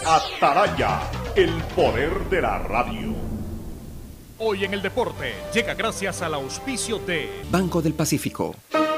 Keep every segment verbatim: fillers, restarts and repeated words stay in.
Atalaya, el poder de la radio. Hoy en el deporte llega gracias al auspicio de Banco del Pacífico.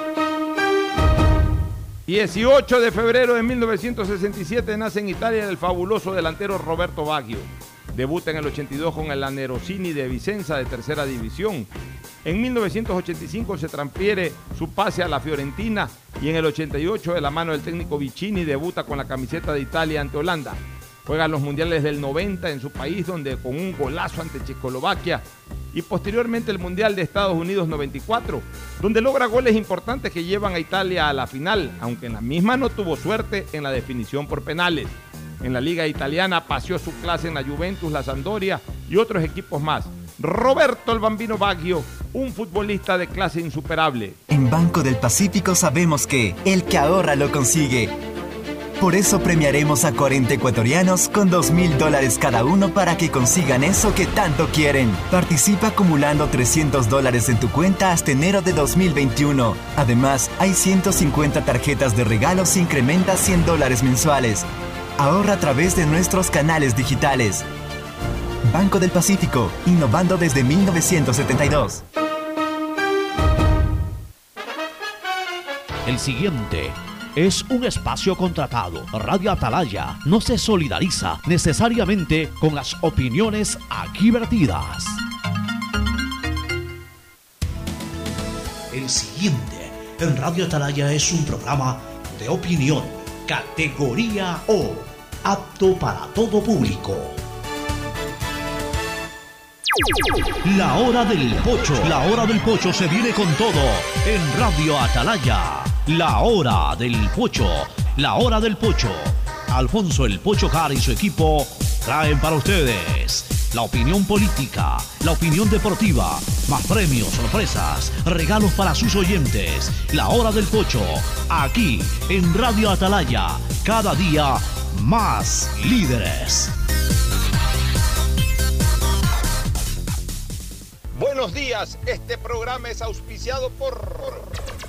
dieciocho de febrero de mil novecientos sesenta y siete nace en Italia el fabuloso delantero Roberto Baggio. Debuta en el ochenta y dos con el Lanerosini de Vicenza de tercera división. En mil novecientos ochenta y cinco se transfiere su pase a la Fiorentina y en el ochenta y ocho de la mano del técnico Vicini debuta con la camiseta de Italia ante Holanda. Juega los mundiales del noventa en su país, donde con un golazo ante Checoslovaquia, y posteriormente el mundial de Estados Unidos noventa y cuatro, donde logra goles importantes que llevan a Italia a la final, aunque en la misma no tuvo suerte en la definición por penales. En la liga italiana paseó su clase en la Juventus, la Sampdoria y otros equipos más. Roberto el Bambino Baggio, un futbolista de clase insuperable. En Banco del Pacífico sabemos que el que ahorra lo consigue. Por eso premiaremos a cuarenta ecuatorianos con dos mil dólares cada uno para que consigan eso que tanto quieren. Participa acumulando trescientos dólares en tu cuenta hasta enero de dos mil veintiuno. Además, hay ciento cincuenta tarjetas de regalos e incrementa cien dólares mensuales. Ahorra a través de nuestros canales digitales. Banco del Pacífico, innovando desde mil novecientos setenta y dos. El siguiente es un espacio contratado. Radio Atalaya no se solidariza necesariamente con las opiniones aquí vertidas. El siguiente en Radio Atalaya es un programa de opinión, categoría O, apto para todo público. La hora del pocho. La hora del pocho se viene con todo en Radio Atalaya. La hora del pocho. La hora del pocho. Alfonso el Pocho Car y su equipo traen para ustedes la opinión política, la opinión deportiva, más premios, sorpresas, regalos para sus oyentes. La hora del pocho, aquí en Radio Atalaya, cada día más líderes. Buenos días, este programa es auspiciado por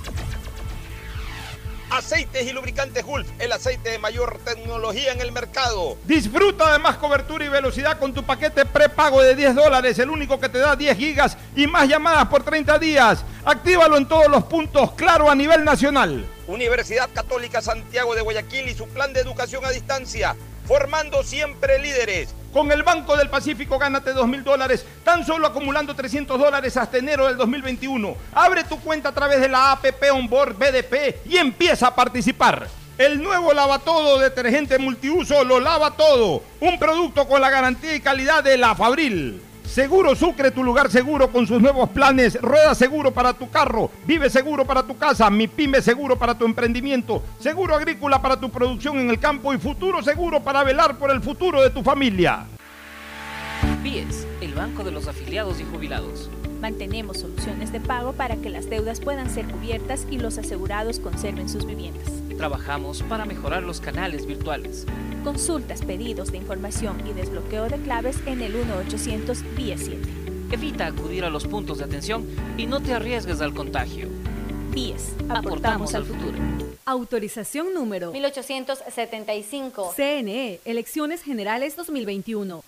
Aceites y Lubricantes Gulf, el aceite de mayor tecnología en el mercado. Disfruta de más cobertura y velocidad con tu paquete prepago de diez dólares, el único que te da diez gigas y más llamadas por treinta días. Actívalo en todos los puntos Claro a nivel nacional. Universidad Católica Santiago de Guayaquil y su plan de educación a distancia, formando siempre líderes. Con el Banco del Pacífico gánate dos mil dólares, tan solo acumulando trescientos dólares hasta enero del dos mil veintiuno. Abre tu cuenta a través de la A P P Onboard B D P y empieza a participar. El nuevo Lavatodo detergente multiuso lo lava todo. Un producto con la garantía y calidad de La Fabril. Seguro Sucre, tu lugar seguro con sus nuevos planes. Rueda seguro para tu carro, Vive seguro para tu casa, Mi Pyme seguro para tu emprendimiento, Seguro agrícola para tu producción en el campo y Futuro seguro para velar por el futuro de tu familia. B I E S, el banco de los afiliados y jubilados. Mantenemos soluciones de pago para que las deudas puedan ser cubiertas y los asegurados conserven sus viviendas. Trabajamos para mejorar los canales virtuales. Consultas, pedidos de información y desbloqueo de claves en el uno ochocientos B I E S siete. Evita acudir a los puntos de atención y no te arriesgues al contagio. B I E S, aportamos, aportamos al futuro. Autorización número mil ochocientos setenta y cinco. C N E, Elecciones Generales dos mil veintiuno.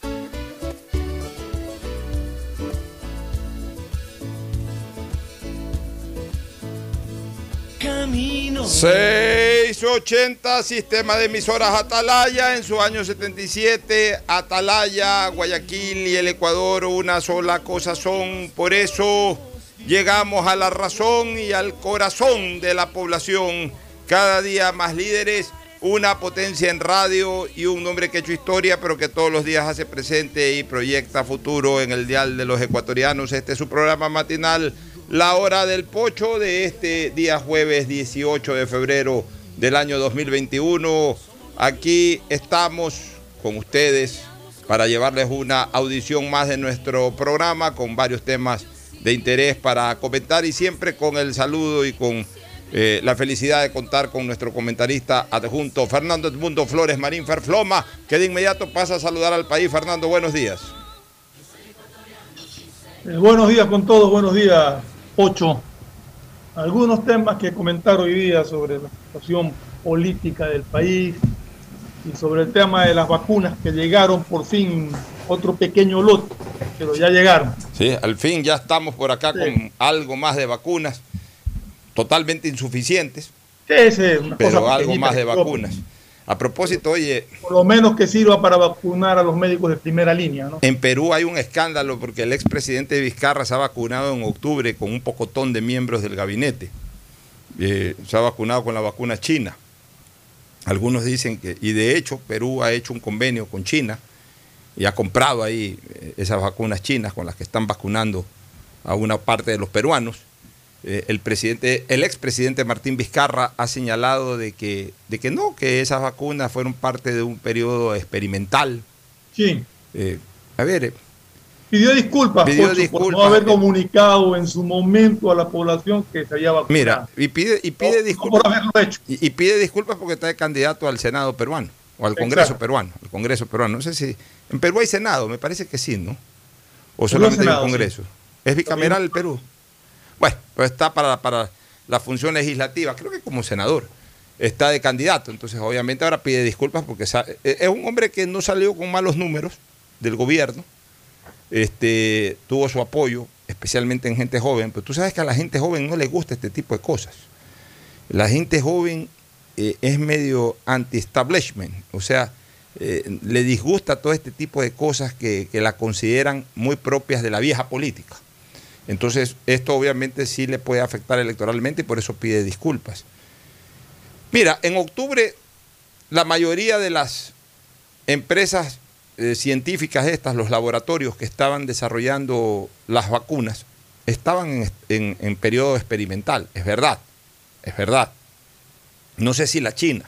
Camino. seiscientos ochenta, sistema de emisoras Atalaya, en su año setenta y siete, Atalaya, Guayaquil y el Ecuador una sola cosa son, por eso llegamos a la razón y al corazón de la población, cada día más líderes, una potencia en radio y un hombre que ha hecho historia, pero que todos los días hace presente y proyecta futuro en el dial de los ecuatorianos. Este es su programa matinal, La Hora del Pocho, de este día jueves dieciocho de febrero del año dos mil veintiuno. Aquí estamos con ustedes para llevarles una audición más de nuestro programa con varios temas de interés para comentar y siempre con el saludo y con eh, la felicidad de contar con nuestro comentarista adjunto Fernando Edmundo Flores Marín Ferfloma, que de inmediato pasa a saludar al país. Fernando, buenos días. Eh, buenos días con todos, buenos días. Ocho, algunos temas que comentar hoy día sobre la situación política del país, Y sobre el tema de las vacunas que llegaron, por fin, otro pequeño lote, pero ya llegaron. Sí, al fin ya estamos por acá sí. con algo más de vacunas, totalmente insuficientes, sí, sí, una pero cosa algo más de vacunas. A propósito, oye... Por lo menos que sirva para vacunar a los médicos de primera línea, ¿no? En Perú hay un escándalo porque el expresidente Vizcarra se ha vacunado en octubre con un pocotón de miembros del gabinete. Eh, se ha vacunado con la vacuna china. Algunos dicen que... Y de hecho, Perú ha hecho un convenio con China y ha comprado ahí esas vacunas chinas con las que están vacunando a una parte de los peruanos. Eh, el presidente, el expresidente Martín Vizcarra ha señalado de que, de que no, que esas vacunas fueron parte de un periodo experimental. Sí. Eh, a ver. Eh, pidió disculpas, pidió Pocho, disculpas por no haber comunicado en su momento a la población que se había vacunado. Mira, y pide, y pide no, disculpas. No por haberlo hecho. Y, y pide disculpas porque está de candidato al Senado peruano o al Congreso Exacto. peruano. Al Congreso peruano. No sé si. En Perú hay Senado, me parece que sí, ¿no? O solamente hay un Congreso. Sí. ¿Es bicameral el Perú? Bueno, pues está para, para la función legislativa, creo que como senador, está de candidato, entonces obviamente ahora pide disculpas porque es un hombre que no salió con malos números del gobierno, este, tuvo su apoyo, especialmente en gente joven, pero tú sabes que a la gente joven no le gusta este tipo de cosas. La gente joven eh, es medio anti-establishment, o sea, eh, le disgusta todo este tipo de cosas que, que la consideran muy propias de la vieja política. Entonces, esto obviamente sí le puede afectar electoralmente y por eso pide disculpas. Mira, en octubre la mayoría de las empresas eh, científicas estas, los laboratorios que estaban desarrollando las vacunas, estaban en, en, en periodo experimental. Es verdad, es verdad. No sé si la China.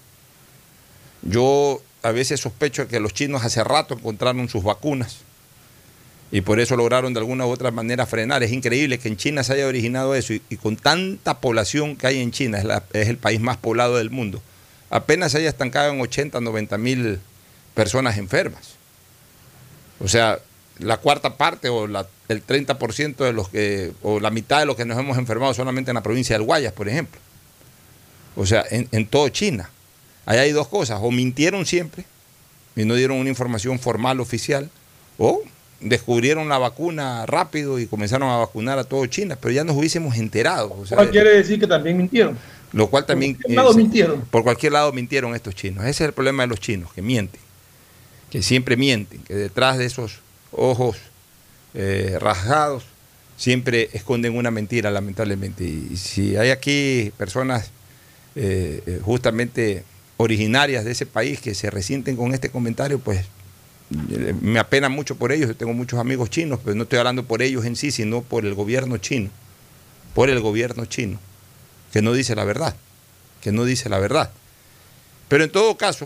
Yo a veces sospecho que los chinos hace rato encontraron sus vacunas y por eso lograron de alguna u otra manera frenar. Es increíble que en China se haya originado eso y, y con tanta población que hay en China, es, la, es el país más poblado del mundo, apenas se haya estancado en ochenta, noventa mil personas enfermas. O sea, la cuarta parte o la, el treinta por ciento de los que, o la mitad de los que nos hemos enfermado solamente en la provincia del Guayas, por ejemplo. O sea, en, en todo China. Ahí hay dos cosas, o mintieron siempre y no dieron una información formal oficial, o descubrieron la vacuna rápido y comenzaron a vacunar a todo China, pero ya nos hubiésemos enterado. O sea, ¿Cuál quiere decir que también mintieron? Lo cual también... Por cualquier lado eh, mintieron. Por cualquier lado mintieron estos chinos. Ese es el problema de los chinos, que mienten, que siempre mienten, que detrás de esos ojos eh, rasgados siempre esconden una mentira, lamentablemente. Y si hay aquí personas eh, justamente originarias de ese país que se resienten con este comentario, pues me apena mucho por ellos. Yo tengo muchos amigos chinos, pero no estoy hablando por ellos en sí, sino por el gobierno chino, por el gobierno chino, que no dice la verdad, que no dice la verdad. Pero en todo caso,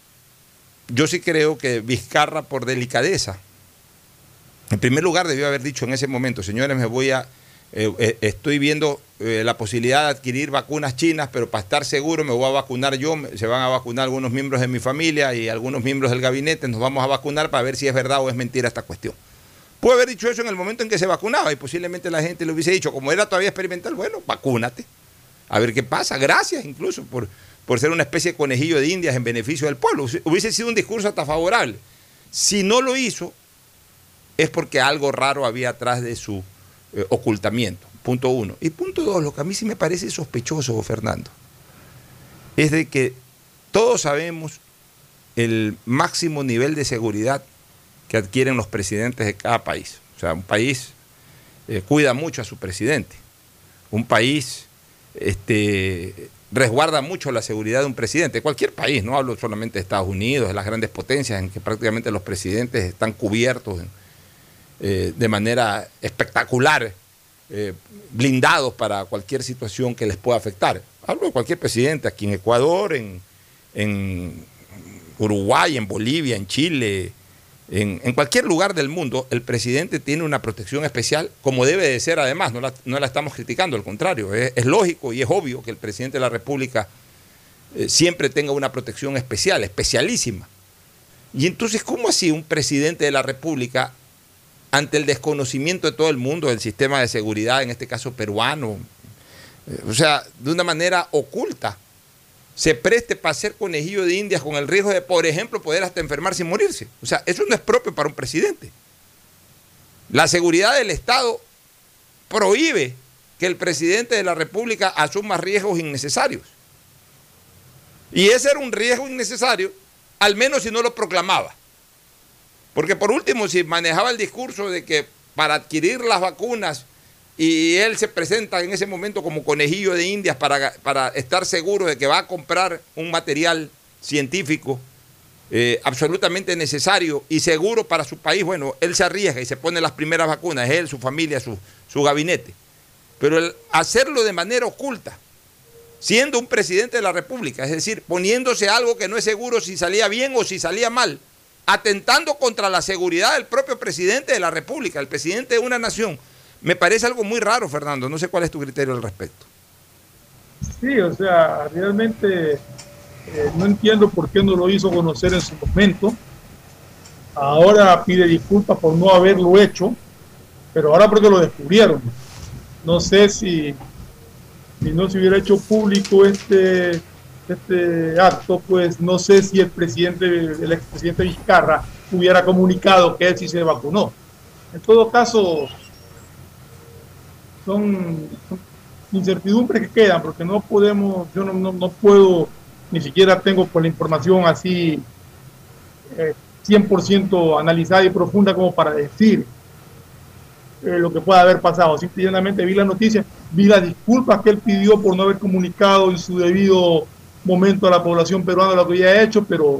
yo sí creo que Vizcarra, por delicadeza, en primer lugar debió haber dicho en ese momento: señores, me voy a, eh, eh, estoy viendo eh, la posibilidad de adquirir vacunas chinas, pero para estar seguro me voy a vacunar yo, se van a vacunar algunos miembros de mi familia y algunos miembros del gabinete, nos vamos a vacunar para ver si es verdad o es mentira esta cuestión. Puede haber dicho eso en el momento en que se vacunaba y posiblemente la gente le hubiese dicho, como era todavía experimental, bueno, vacúnate, a ver qué pasa, gracias incluso por, por ser una especie de conejillo de indias en beneficio del pueblo. Hubiese sido un discurso hasta favorable. Si no lo hizo, es porque algo raro había atrás de su eh, ocultamiento, punto uno. Y punto dos, lo que a mí sí me parece sospechoso, Fernando, es de que todos sabemos el máximo nivel de seguridad que adquieren los presidentes de cada país. O sea, un país eh, cuida mucho a su presidente. Un país este, resguarda mucho la seguridad de un presidente. Cualquier país, no hablo solamente de Estados Unidos, de las grandes potencias en que prácticamente los presidentes están cubiertos en, eh, de manera espectacular, eh, blindados para cualquier situación que les pueda afectar. Hablo de cualquier presidente, aquí en Ecuador, en, en Uruguay, en Bolivia, en Chile, En, en cualquier lugar del mundo, el presidente tiene una protección especial, como debe de ser además, no la, no la estamos criticando, al contrario, es, es lógico y es obvio que el presidente de la República eh, siempre tenga una protección especial, especialísima. Y entonces, ¿cómo así un presidente de la República, ante el desconocimiento de todo el mundo del sistema de seguridad, en este caso peruano, eh, o sea, de una manera oculta, se preste para ser conejillo de indias con el riesgo de, por ejemplo, poder hasta enfermarse y morirse. O sea, eso no es propio para un presidente. La seguridad del Estado prohíbe que el presidente de la República asuma riesgos innecesarios. Y ese era un riesgo innecesario, al menos si no lo proclamaba. Porque por último, si manejaba el discurso de que para adquirir las vacunas y él se presenta en ese momento como conejillo de indias para, para estar seguro de que va a comprar un material científico eh, absolutamente necesario y seguro para su país, bueno, él se arriesga y se pone las primeras vacunas, él, su familia, su, su gabinete. Pero el hacerlo de manera oculta, siendo un presidente de la República, es decir, poniéndose algo que no es seguro si salía bien o si salía mal, atentando contra la seguridad del propio presidente de la República, el presidente de una nación, me parece algo muy raro, Fernando. No sé cuál es tu criterio al respecto. Sí, o sea, realmente eh, no entiendo por qué no lo hizo conocer en su momento. Ahora pide disculpas por no haberlo hecho, pero ahora porque lo descubrieron. No sé si, si no se hubiera hecho público este, este acto, pues no sé si el presidente, el expresidente Vizcarra hubiera comunicado que él sí se vacunó. En todo caso, son, son incertidumbres que quedan, porque no podemos, yo no, no, no puedo, ni siquiera tengo pues la información así eh, cien por ciento analizada y profunda como para decir eh, lo que pueda haber pasado. Simplemente vi la noticia, vi las disculpas que él pidió por no haber comunicado en su debido momento a la población peruana lo que había hecho, pero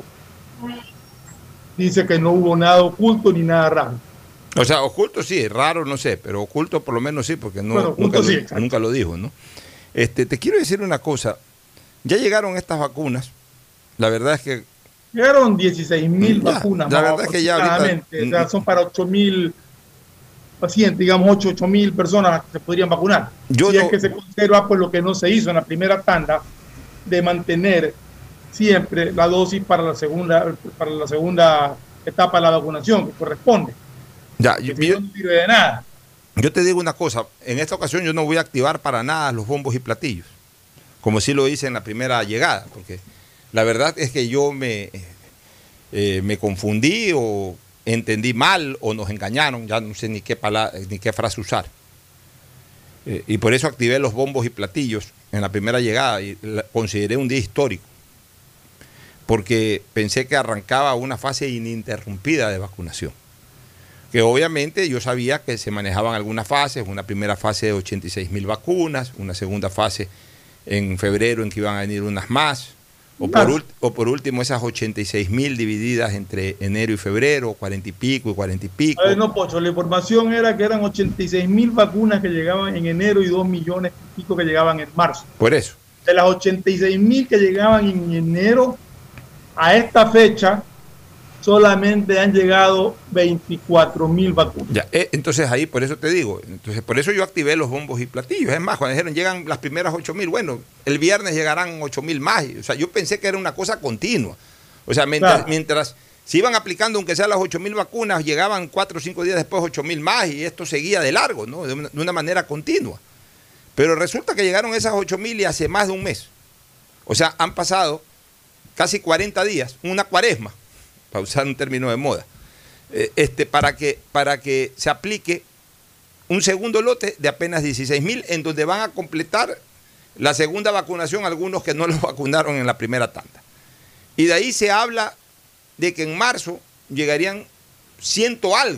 dice que no hubo nada oculto ni nada raro. O sea, oculto sí, raro no sé, pero oculto por lo menos sí, porque no, bueno, nunca, sí, lo, nunca lo dijo, ¿no? Este, te quiero decir una cosa, ya llegaron estas vacunas, la verdad es que... Llegaron dieciséis mil vacunas, la verdad es que ya ahorita, o sea, son para ocho mil pacientes, digamos ocho mil personas que se podrían vacunar. Yo y no, es que se conserva pues lo que no se hizo en la primera tanda, de mantener siempre la dosis para la segunda, para la segunda etapa de la vacunación que corresponde. Ya, yo, yo, no sirve de nada. Yo te digo una cosa, en esta ocasión yo no voy a activar para nada los bombos y platillos, como sí lo hice en la primera llegada, porque la verdad es que yo me, eh, me confundí o entendí mal o nos engañaron, ya no sé ni qué, palabra, ni qué frase usar. Eh, y por eso activé los bombos y platillos en la primera llegada y la, consideré un día histórico, porque pensé que arrancaba una fase ininterrumpida de vacunación. Que obviamente yo sabía que se manejaban algunas fases, una primera fase de ochenta y seis mil vacunas, una segunda fase en febrero en que iban a venir unas más, o por, o por último esas ochenta y seis mil divididas entre enero y febrero, cuarenta y pico y cuarenta y pico. A ver, no, Pocho, la información era que eran ochenta y seis mil vacunas que llegaban en enero y dos millones y pico que llegaban en marzo. Por eso. De las ochenta y seis mil que llegaban en enero, a esta fecha solamente han llegado veinticuatro mil vacunas. Ya, eh, entonces ahí, por eso te digo, entonces por eso yo activé los bombos y platillos. Es más, cuando dijeron llegan las primeras ocho mil, bueno, el viernes llegarán ocho mil más. O sea, yo pensé que era una cosa continua. O sea, mientras, claro. mientras se iban aplicando, aunque sean las ocho mil vacunas, llegaban cuatro o cinco días después ocho mil más y esto seguía de largo, ¿no? De una, de una manera continua. Pero resulta que llegaron esas ocho mil y hace más de un mes. O sea, han pasado casi cuarenta días, una cuaresma, para usar un término de moda, eh, este, para, que, para que se aplique un segundo lote de apenas dieciséis mil, en donde van a completar la segunda vacunación algunos que no los vacunaron en la primera tanda. Y de ahí se habla de que en marzo llegarían ciento algo,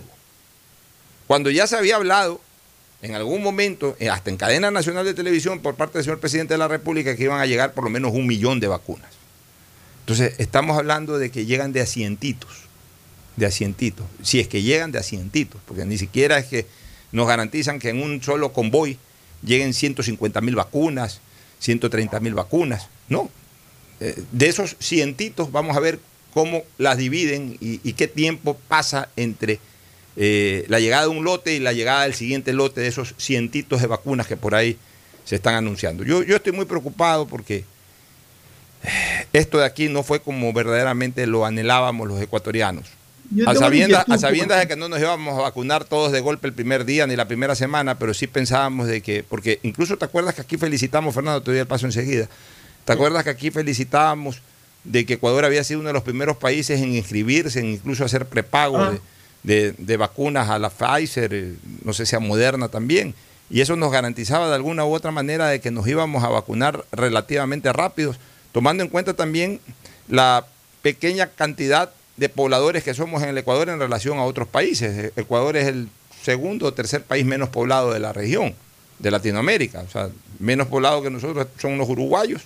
cuando ya se había hablado en algún momento, hasta en cadena nacional de televisión por parte del señor presidente de la República, que iban a llegar por lo menos un millón de vacunas. Entonces, estamos hablando de que llegan de asientitos, de asientitos, si es que llegan de asientitos, porque ni siquiera es que nos garantizan que en un solo convoy lleguen ciento cincuenta mil vacunas, ciento treinta mil vacunas, no. Eh, de esos cientitos vamos a ver cómo las dividen y, y qué tiempo pasa entre eh, la llegada de un lote y la llegada del siguiente lote de esos cientitos de vacunas que por ahí se están anunciando. Yo, yo estoy muy preocupado porque esto de aquí no fue como verdaderamente lo anhelábamos los ecuatorianos. A sabiendas, a sabiendas de que no nos íbamos a vacunar todos de golpe el primer día ni la primera semana, pero sí pensábamos de que, porque incluso te acuerdas que aquí felicitamos, Fernando, te doy el paso enseguida, ¿Te acuerdas que aquí felicitábamos de que Ecuador había sido uno de los primeros países en inscribirse, en incluso hacer prepago ah. de, de, de vacunas a la Pfizer, no sé si a Moderna también? Y eso nos garantizaba de alguna u otra manera de que nos íbamos a vacunar relativamente rápidos, tomando en cuenta también la pequeña cantidad de pobladores que somos en el Ecuador en relación a otros países. Ecuador es el segundo o tercer país menos poblado de la región, de Latinoamérica. O sea, menos poblado que nosotros son los uruguayos.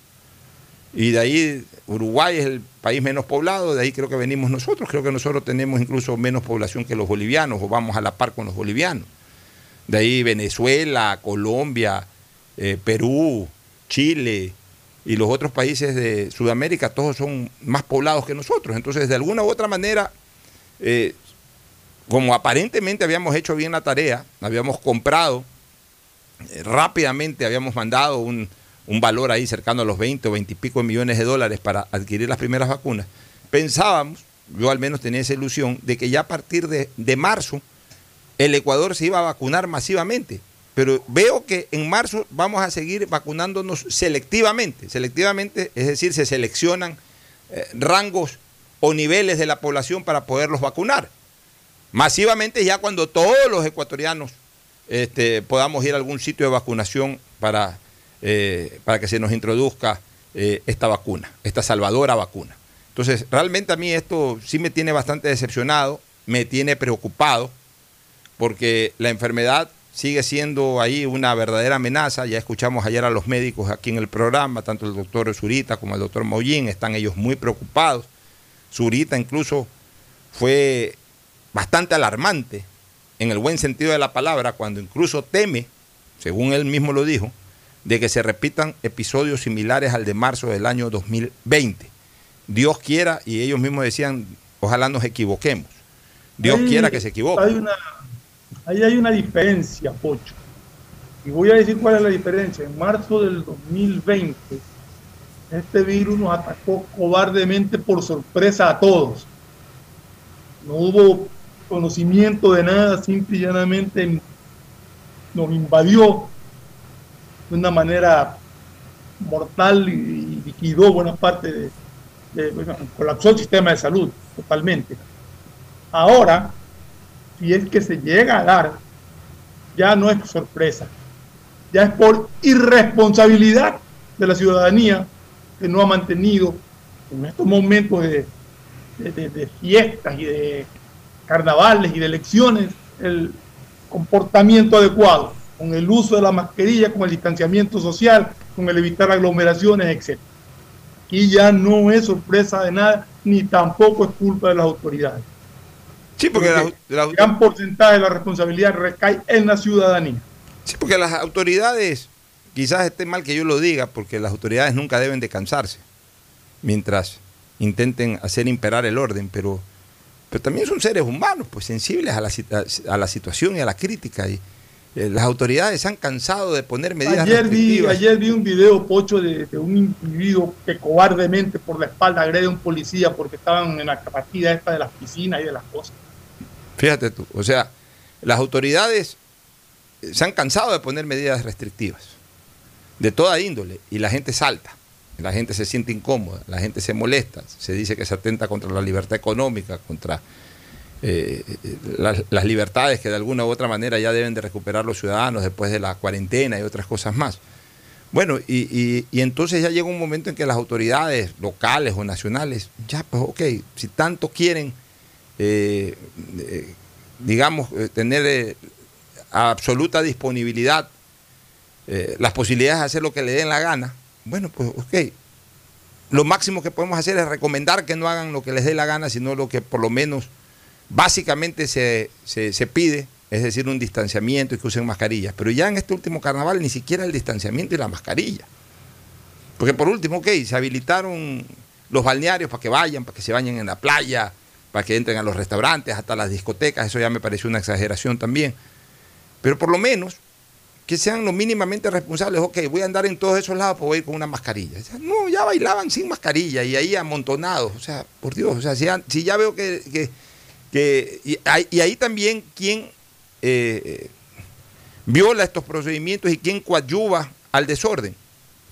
Y de ahí Uruguay es el país menos poblado, de ahí creo que venimos nosotros. Creo que nosotros tenemos incluso menos población que los bolivianos, o vamos a la par con los bolivianos. De ahí Venezuela, Colombia, eh, Perú, Chile y los otros países de Sudamérica, todos son más poblados que nosotros. Entonces, de alguna u otra manera, eh, como aparentemente habíamos hecho bien la tarea, habíamos comprado eh, rápidamente, habíamos mandado un, un valor ahí cercano a los veinte o veinte y pico de millones de dólares para adquirir las primeras vacunas, pensábamos, yo al menos tenía esa ilusión, de que ya a partir de, de marzo el Ecuador se iba a vacunar masivamente. Pero veo que en marzo vamos a seguir vacunándonos selectivamente. Selectivamente, es decir, se seleccionan eh, rangos o niveles de la población para poderlos vacunar. Masivamente ya cuando todos los ecuatorianos este, podamos ir a algún sitio de vacunación para, eh, para que se nos introduzca eh, esta vacuna, esta salvadora vacuna. Entonces, realmente a mí esto sí me tiene bastante decepcionado, me tiene preocupado, porque la enfermedad sigue siendo ahí una verdadera amenaza. Ya escuchamos ayer a los médicos aquí en el programa, tanto el doctor Zurita como el doctor Maullín, están ellos muy preocupados. Zurita incluso fue bastante alarmante, en el buen sentido de la palabra, cuando incluso teme, según él mismo lo dijo, de que se repitan episodios similares al de marzo del año dos mil veinte. Dios quiera, y ellos mismos decían, ojalá nos equivoquemos. Dios ahí, quiera que se equivoque. Hay una... Ahí hay una diferencia, Pocho. Y voy a decir cuál es la diferencia. En marzo del dos mil veinte, este virus nos atacó cobardemente por sorpresa a todos. No hubo conocimiento de nada, simple y llanamente nos invadió de una manera mortal y liquidó buena parte de, de bueno, colapsó el sistema de salud totalmente. Ahora, si es que se llega a dar, ya no es sorpresa, ya es por irresponsabilidad de la ciudadanía que no ha mantenido en estos momentos de, de, de, de fiestas y de carnavales y de elecciones el comportamiento adecuado, con el uso de la mascarilla, con el distanciamiento social, con el evitar aglomeraciones, etcétera. Aquí ya no es sorpresa de nada, ni tampoco es culpa de las autoridades. Sí, porque porque la, la, gran porcentaje de la responsabilidad recae en la ciudadanía. Sí, porque las autoridades, quizás esté mal que yo lo diga, porque las autoridades nunca deben de cansarse mientras intenten hacer imperar el orden, pero, pero también son seres humanos, pues sensibles a la, a la situación y a la crítica. Y eh, las autoridades se han cansado de poner medidas ayer restrictivas. Vi, ayer vi un video, Pocho, de, de un individuo que cobardemente por la espalda agrede a un policía porque estaban en la partida esta de las piscinas y de las cosas. Fíjate tú, o sea, las autoridades se han cansado de poner medidas restrictivas de toda índole y la gente salta, la gente se siente incómoda, la gente se molesta, se dice que se atenta contra la libertad económica, contra eh, las, las libertades que de alguna u otra manera ya deben de recuperar los ciudadanos después de la cuarentena y otras cosas más. Bueno, y, y, y entonces ya llega un momento en que las autoridades locales o nacionales, ya pues ok, si tanto quieren Eh, eh, digamos, eh, tener eh, absoluta disponibilidad, eh, las posibilidades de hacer lo que le den la gana, bueno, pues ok, lo máximo que podemos hacer es recomendar que no hagan lo que les dé la gana, sino lo que por lo menos básicamente se, se, se pide, es decir, un distanciamiento y que usen mascarillas. Pero ya en este último carnaval ni siquiera el distanciamiento y la mascarilla, porque por último, ok, se habilitaron los balnearios para que vayan, para que se bañen en la playa, para que entren a los restaurantes, hasta las discotecas. Eso ya me pareció una exageración también. Pero por lo menos que sean lo mínimamente responsables. Ok, voy a andar en todos esos lados, pues voy a ir con una mascarilla. O sea, no, ya bailaban sin mascarilla y ahí amontonados. O sea, por Dios, o sea, si ya, si ya veo que... que, que y, y ahí también quien eh, viola estos procedimientos y quien coadyuva al desorden.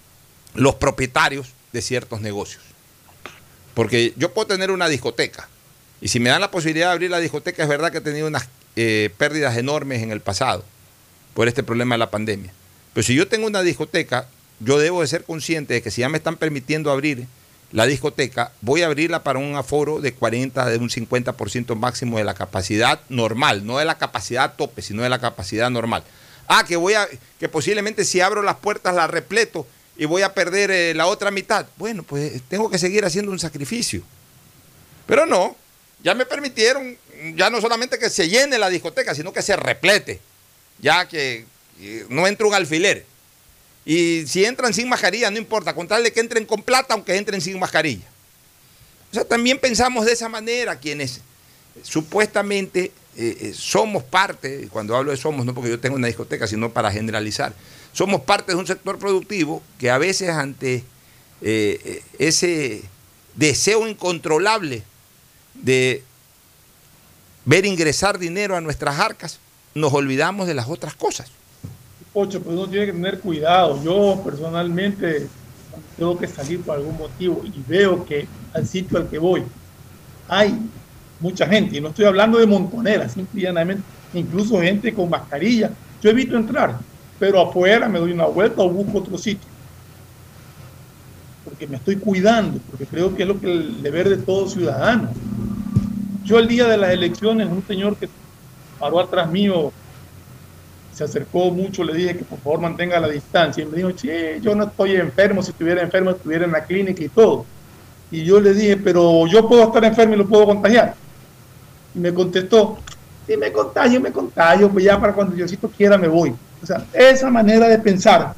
los propietarios de ciertos negocios. Porque yo puedo tener una discoteca, y si me dan la posibilidad de abrir la discoteca, es verdad que he tenido unas eh, pérdidas enormes en el pasado por este problema de la pandemia. Pero si yo tengo una discoteca, yo debo de ser consciente de que si ya me están permitiendo abrir la discoteca, voy a abrirla para un aforo de cuarenta, de un cincuenta por ciento máximo de la capacidad normal, no de la capacidad tope, sino de la capacidad normal. Ah, que voy a, que posiblemente si abro las puertas la repleto y voy a perder eh, la otra mitad. Bueno, pues tengo que seguir haciendo un sacrificio. Pero no, ya me permitieron, ya no solamente que se llene la discoteca, sino que se replete, ya que eh, no entre un alfiler. Y si entran sin mascarilla, no importa, contarle que entren con plata, aunque entren sin mascarilla. O sea, también pensamos de esa manera, quienes supuestamente eh, eh, somos parte, cuando hablo de somos, no porque yo tengo una discoteca, sino para generalizar, somos parte de un sector productivo que a veces ante eh, ese deseo incontrolable de ver ingresar dinero a nuestras arcas, nos olvidamos de las otras cosas. Pocho, pues uno tiene que tener cuidado. Yo personalmente tengo que salir por algún motivo y veo que al sitio al que voy hay mucha gente, y no estoy hablando de montoneras, simplemente, incluso gente con mascarilla. Yo evito entrar, pero afuera me doy una vuelta o busco otro sitio, porque me estoy cuidando, porque creo que es lo que el deber de todo ciudadano. Yo el día de las elecciones, un señor que paró atrás mío, se acercó mucho, le dije que por favor mantenga la distancia, y me dijo, che, yo no estoy enfermo, si estuviera enfermo estuviera en la clínica y todo. Y yo le dije, pero yo puedo estar enfermo y lo puedo contagiar. Y me contestó, si me contagio, me contagio, pues ya para cuando Diosito quiera me voy. O sea, esa manera de pensar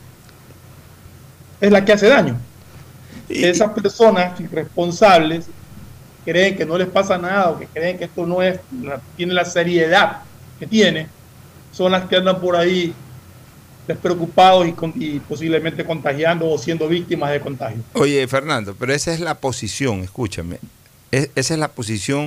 es la que hace daño. Y esas personas irresponsables creen que no les pasa nada, o que creen que esto no es, tiene la seriedad que tiene, son las que andan por ahí despreocupados y, con, y posiblemente contagiando o siendo víctimas de contagio. Oye, Fernando, pero esa es la posición, escúchame, es, esa es la posición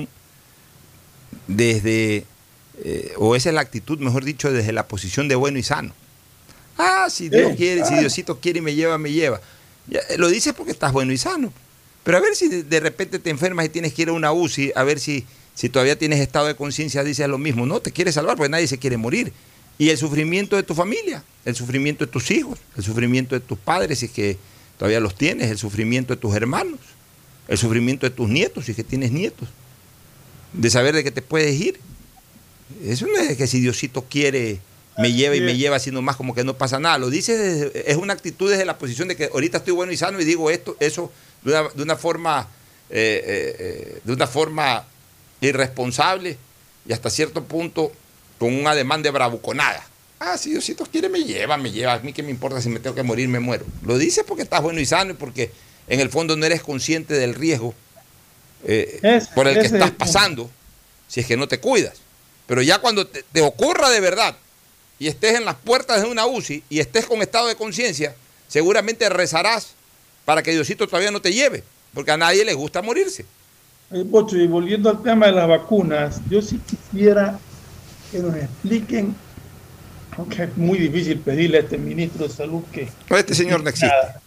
desde, eh, o esa es la actitud, mejor dicho, desde la posición de bueno y sano. Ah, si Dios eh, quiere, ah. si Diosito quiere y me lleva, me lleva. Ya, lo dices porque estás bueno y sano. Pero a ver si de, de repente te enfermas y tienes que ir a una U C I, a ver si, si todavía tienes estado de conciencia, dices lo mismo. No, te quieres salvar porque nadie se quiere morir. Y el sufrimiento de tu familia, el sufrimiento de tus hijos, el sufrimiento de tus padres, si es que todavía los tienes, el sufrimiento de tus hermanos, el sufrimiento de tus nietos, si es que tienes nietos, de saber de que te puedes ir. Eso no es que si Diosito quiere me lleva y me lleva, sino más como que no pasa nada. Lo dices, desde, es una actitud desde la posición de que ahorita estoy bueno y sano y digo esto, eso de una, de una forma eh, eh, de una forma irresponsable y hasta cierto punto con un ademán de bravuconada. Ah, si Diosito quiere me lleva, me lleva, a mí qué me importa, si me tengo que morir, me muero. Lo dices porque estás bueno y sano y porque en el fondo no eres consciente del riesgo eh, es, por el que estás pasando si es que no te cuidas. Pero ya cuando te, te ocurra de verdad y estés en las puertas de una U C I y estés con estado de conciencia, seguramente rezarás para que Diosito todavía no te lleve, porque a nadie le gusta morirse. Eh, Pocho, y volviendo al tema de las vacunas, yo sí quisiera que nos expliquen, aunque es muy difícil pedirle a este ministro de Salud que... No, este señor no existe. Nada.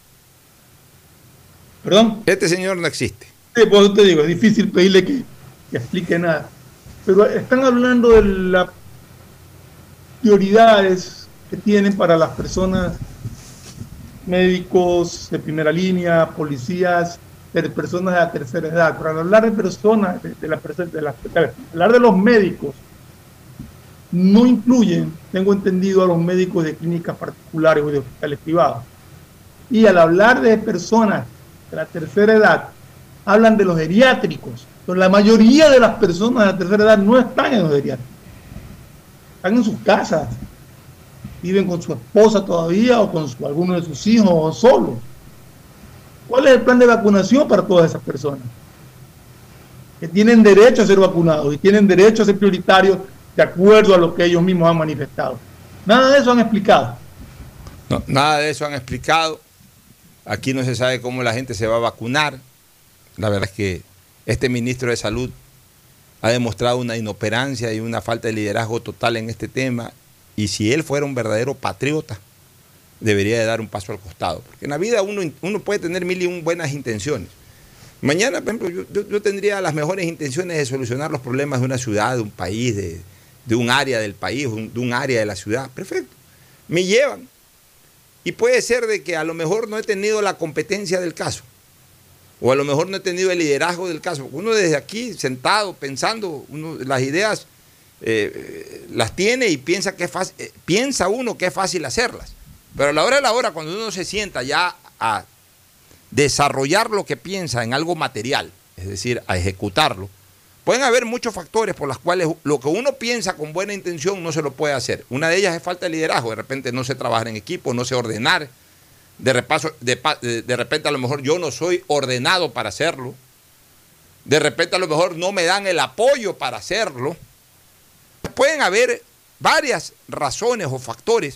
¿Perdón? Este señor no existe. Sí, por eso te digo, es difícil pedirle que, que explique nada. Pero están hablando de las prioridades que tienen para las personas, médicos de primera línea, policías, de personas de la tercera edad. Para hablar de personas, de, de, la, de, la, de hablar de los médicos, no incluyen, tengo entendido, a los médicos de clínicas particulares o de hospitales privados. Y al hablar de personas de la tercera edad, hablan de los geriátricos. Pero la mayoría de las personas de la tercera edad no están en los geriátricos. Están en sus casas. Viven con su esposa todavía o con su, alguno de sus hijos o solos. ¿Cuál es el plan de vacunación para todas esas personas? Que tienen derecho a ser vacunados y tienen derecho a ser prioritarios de acuerdo a lo que ellos mismos han manifestado. Nada de eso han explicado. No, nada de eso han explicado. Aquí no se sabe cómo la gente se va a vacunar. La verdad es que este ministro de Salud ha demostrado una inoperancia y una falta de liderazgo total en este tema. Y si él fuera un verdadero patriota, debería de dar un paso al costado. Porque en la vida uno, uno puede tener mil y un buenas intenciones. Mañana, por ejemplo, yo, yo, yo tendría las mejores intenciones de solucionar los problemas de una ciudad, de un país, de, de un área del país, de un área de la ciudad. Perfecto. Me llevan. Y puede ser de que a lo mejor no he tenido la competencia del caso. O a lo mejor no he tenido el liderazgo del caso. Uno desde aquí, sentado, pensando, uno, las ideas eh, las tiene y piensa, que es fácil, eh, piensa uno que es fácil hacerlas. Pero a la hora de la hora, cuando uno se sienta ya a desarrollar lo que piensa en algo material, es decir, a ejecutarlo, pueden haber muchos factores por los cuales lo que uno piensa con buena intención no se lo puede hacer. Una de ellas es falta de liderazgo. De repente no sé trabajar en equipo, no sé ordenar. De, repaso, de, de repente a lo mejor yo no soy ordenado para hacerlo. De repente a lo mejor no me dan el apoyo para hacerlo. Pueden haber varias razones o factores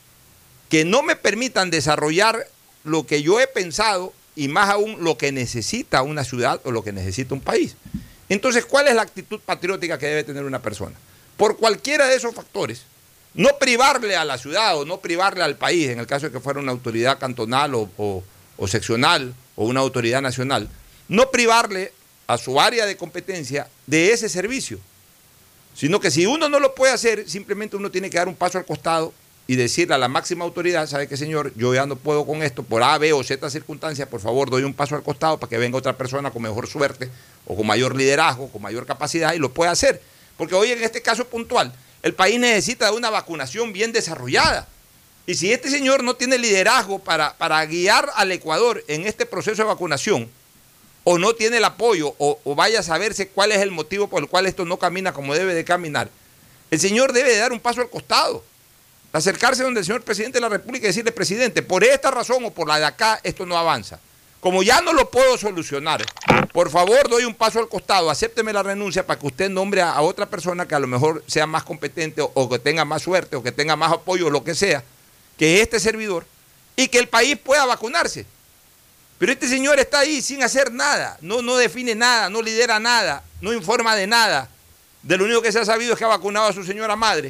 que no me permitan desarrollar lo que yo he pensado y más aún lo que necesita una ciudad o lo que necesita un país. Entonces, ¿cuál es la actitud patriótica que debe tener una persona? Por cualquiera de esos factores, no privarle a la ciudad o no privarle al país, en el caso de que fuera una autoridad cantonal o, o, o seccional o una autoridad nacional, no privarle a su área de competencia de ese servicio, sino que si uno no lo puede hacer, simplemente uno tiene que dar un paso al costado y decirle a la máxima autoridad, ¿sabe qué, señor? Yo ya no puedo con esto, por A, B o Z circunstancias, por favor, doy un paso al costado para que venga otra persona con mejor suerte o con mayor liderazgo, con mayor capacidad y lo pueda hacer. Porque hoy en este caso puntual, el país necesita de una vacunación bien desarrollada. Y si este señor no tiene liderazgo para, para guiar al Ecuador en este proceso de vacunación, o no tiene el apoyo, o, o vaya a saberse cuál es el motivo por el cual esto no camina como debe de caminar, el señor debe de dar un paso al costado. Acercarse donde el señor presidente de la República y decirle, presidente, por esta razón o por la de acá, esto no avanza. Como ya no lo puedo solucionar, por favor doy un paso al costado, acépteme la renuncia para que usted nombre a, a otra persona que a lo mejor sea más competente o, o que tenga más suerte o que tenga más apoyo o lo que sea, que este servidor, y que el país pueda vacunarse. Pero este señor está ahí sin hacer nada, no, no define nada, no lidera nada, no informa de nada. De lo único que se ha sabido es que ha vacunado a su señora madre.